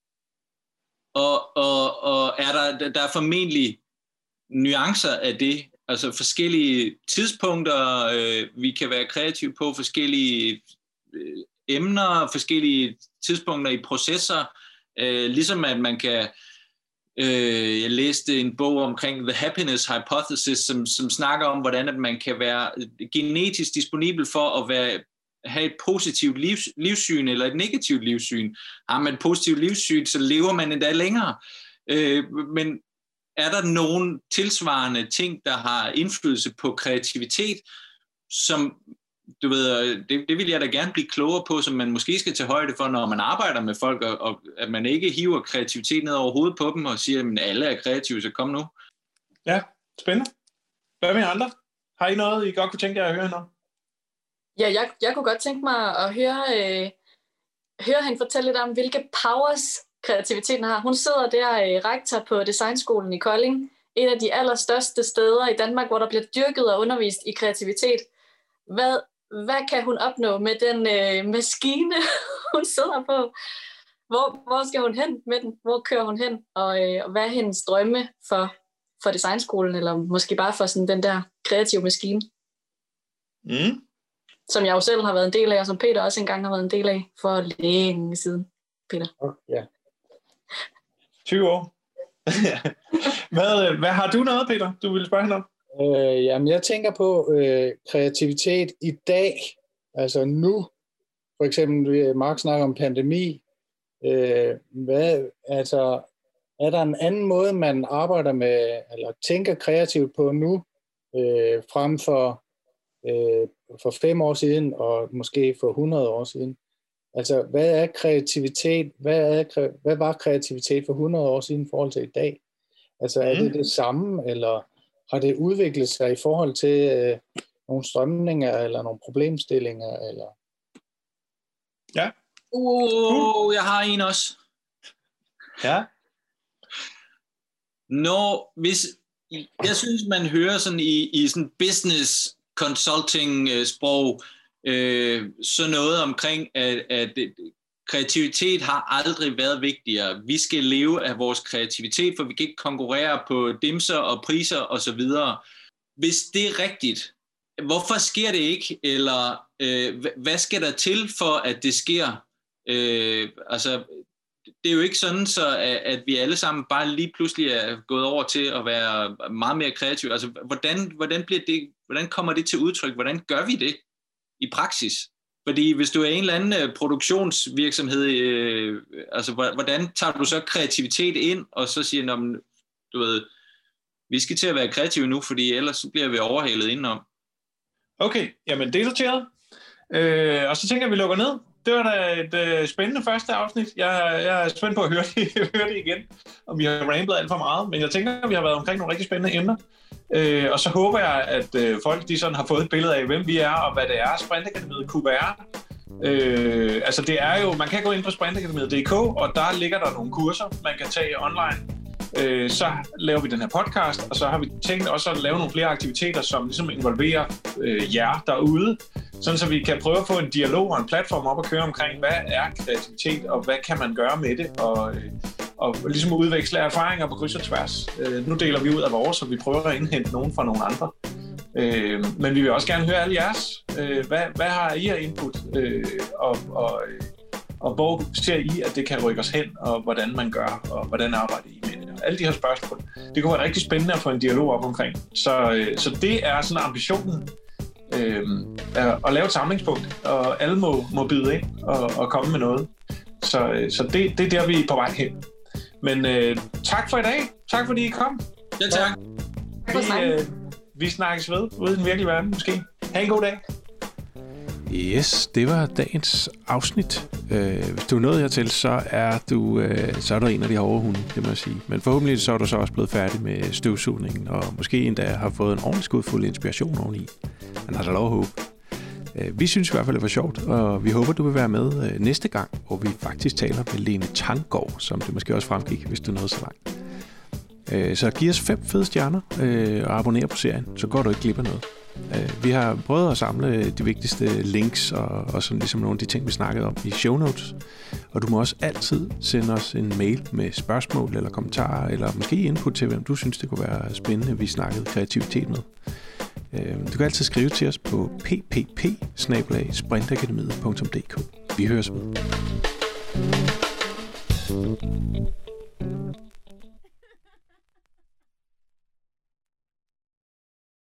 Og, og, og er der, der er formentlig nuancer af det, altså forskellige tidspunkter, øh, vi kan være kreative på, forskellige øh, emner, forskellige tidspunkter i processer, øh, ligesom at man kan, øh, jeg læste en bog omkring The Happiness Hypothesis, som, som snakker om, hvordan at man kan være genetisk disponibel for at være, have et positivt livs, livssyn eller et negativt livssyn. Har man et positivt livssyn, så lever man endda længere. Øh, men er der nogle tilsvarende ting, der har indflydelse på kreativitet, som, du ved, det, det vil jeg da gerne blive klogere på, som man måske skal tage højde for, når man arbejder med folk, og, og at man ikke hiver kreativitet ned over hovedet på dem og siger, at alle er kreative, så kom nu. Ja, spændende. Hvad med andre? Har I noget, I godt kunne tænke jer at høre hende om? Ja, jeg, jeg kunne godt tænke mig at høre, øh, høre hende fortælle lidt om, hvilke powers kreativiteten har. Hun sidder der øh, rektor på Designskolen i Kolding, et af de allerstørste steder i Danmark, hvor der bliver dyrket og undervist i kreativitet. Hvad, hvad kan hun opnå med den øh, maskine, hun sidder på? Hvor, hvor skal hun hen med den? Hvor kører hun hen? Og, øh, og hvad er hendes drømme for, for Designskolen, eller måske bare for sådan den der kreative maskine? Mm. Som jeg jo selv har været en del af, og som Peter også engang har været en del af for længe siden. Peter. Ja. tyve år. hvad, hvad har du noget, Peter, du ville spørge hende om? Øh, jamen, jeg tænker på øh, kreativitet i dag, altså nu. For eksempel, Mark snakker om pandemi. Øh, hvad, altså, er der en anden måde, man arbejder med, eller tænker kreativt på nu, øh, frem for, øh, for fem år siden, og måske for hundrede år siden? Altså, hvad er kreativitet? Hvad, er, hvad var kreativitet for hundrede år siden i forhold til i dag? Altså, er det det samme, eller har det udviklet sig i forhold til øh, nogle strømninger, eller nogle problemstillinger, eller? Ja. Uh, jeg har en også. Ja. Når, hvis, jeg synes, man hører sådan i, i sådan business consulting sprog, øh, så noget omkring, at, at kreativitet har aldrig været vigtigere. Vi skal leve af vores kreativitet, for vi kan ikke konkurrere på dimser og priser osv. Hvis det er rigtigt, hvorfor sker det ikke? Eller øh, hvad skal der til for, at det sker? Øh, altså, det er jo ikke sådan, så at, at vi alle sammen bare lige pludselig er gået over til at være meget mere kreative. Altså, hvordan, hvordan, bliver det, hvordan kommer det til udtryk? Hvordan gør vi det i praksis? Fordi hvis du er en eller anden produktionsvirksomhed, øh, altså hvordan tager du så kreativitet ind, og så siger, du ved, vi skal til at være kreative nu, fordi ellers så bliver vi overhalet indenom. Okay, jamen det er noteret. Øh, og så tænker jeg, at vi lukker ned. Det var da et øh, spændende første afsnit. Jeg, jeg er spændt på at høre det, høre det igen, og vi har ramblet alt for meget, men jeg tænker, at vi har været omkring nogle rigtig spændende emner. Øh, og så håber jeg, at øh, folk de sådan har fået et billede af, hvem vi er, og hvad det er, Sprintakademiet kunne være. Øh, altså det er jo, man kan gå ind på sprintakademiet punktum d k, og der ligger der nogle kurser, man kan tage online. Øh, så laver vi den her podcast, og så har vi tænkt også at lave nogle flere aktiviteter, som ligesom involverer øh, jer derude, sådan så vi kan prøve at få en dialog og en platform op at køre omkring, hvad er kreativitet, og hvad kan man gøre med det, og, øh, og ligesom udveksle erfaringer på kryds og tværs. Øh, nu deler vi ud af vores, og vi prøver at indhente nogen fra nogle andre. Øh, men vi vil også gerne høre alle jeres. Øh, hvad, hvad har I af input, øh, og, og, og hvor ser I, at det kan rykke os hen, og hvordan man gør, og hvordan arbejder I med det? Alle de her spørgsmål. Det kunne være rigtig spændende at få en dialog op omkring. Så, øh, så det er sådan ambitionen, øh, at lave et samlingspunkt, og alle må, må byde ind og, og komme med noget. Så, øh, så det, det er der, vi er på vej hen. Men øh, tak for i dag. Tak fordi I kom. Ja, tak. Vi, øh, vi snakkes ved ude i den virkelige verden, måske. Ha' en god dag. Yes, det var dagens afsnit. Øh, hvis du er nået hertil, så er du øh, så er du en af de hårde hunde, det må jeg sige. Men forhåbentlig så er du så også blevet færdig med støvsugningen, og måske endda har fået en ordentlig skudfuld inspiration oveni. Man har da lov at håbe. Øh, vi synes i hvert fald, det var sjovt, og vi håber, du vil være med øh, næste gang, hvor vi faktisk taler med Lene Tanggaard, som det måske også fremgik, hvis du nåede så langt. Øh, så giv os fem fede stjerner øh, og abonner på serien, så går du ikke glip af noget. Vi har prøvet at samle de vigtigste links og, og sådan ligesom nogle af de ting, vi snakkede om i show notes. Og du må også altid sende os en mail med spørgsmål eller kommentarer, eller måske input til, hvem du synes, det kunne være spændende, vi snakkede kreativitet med. Du kan altid skrive til os på p p p bindestreg sprintakademiet punktum d k. Vi høres ved.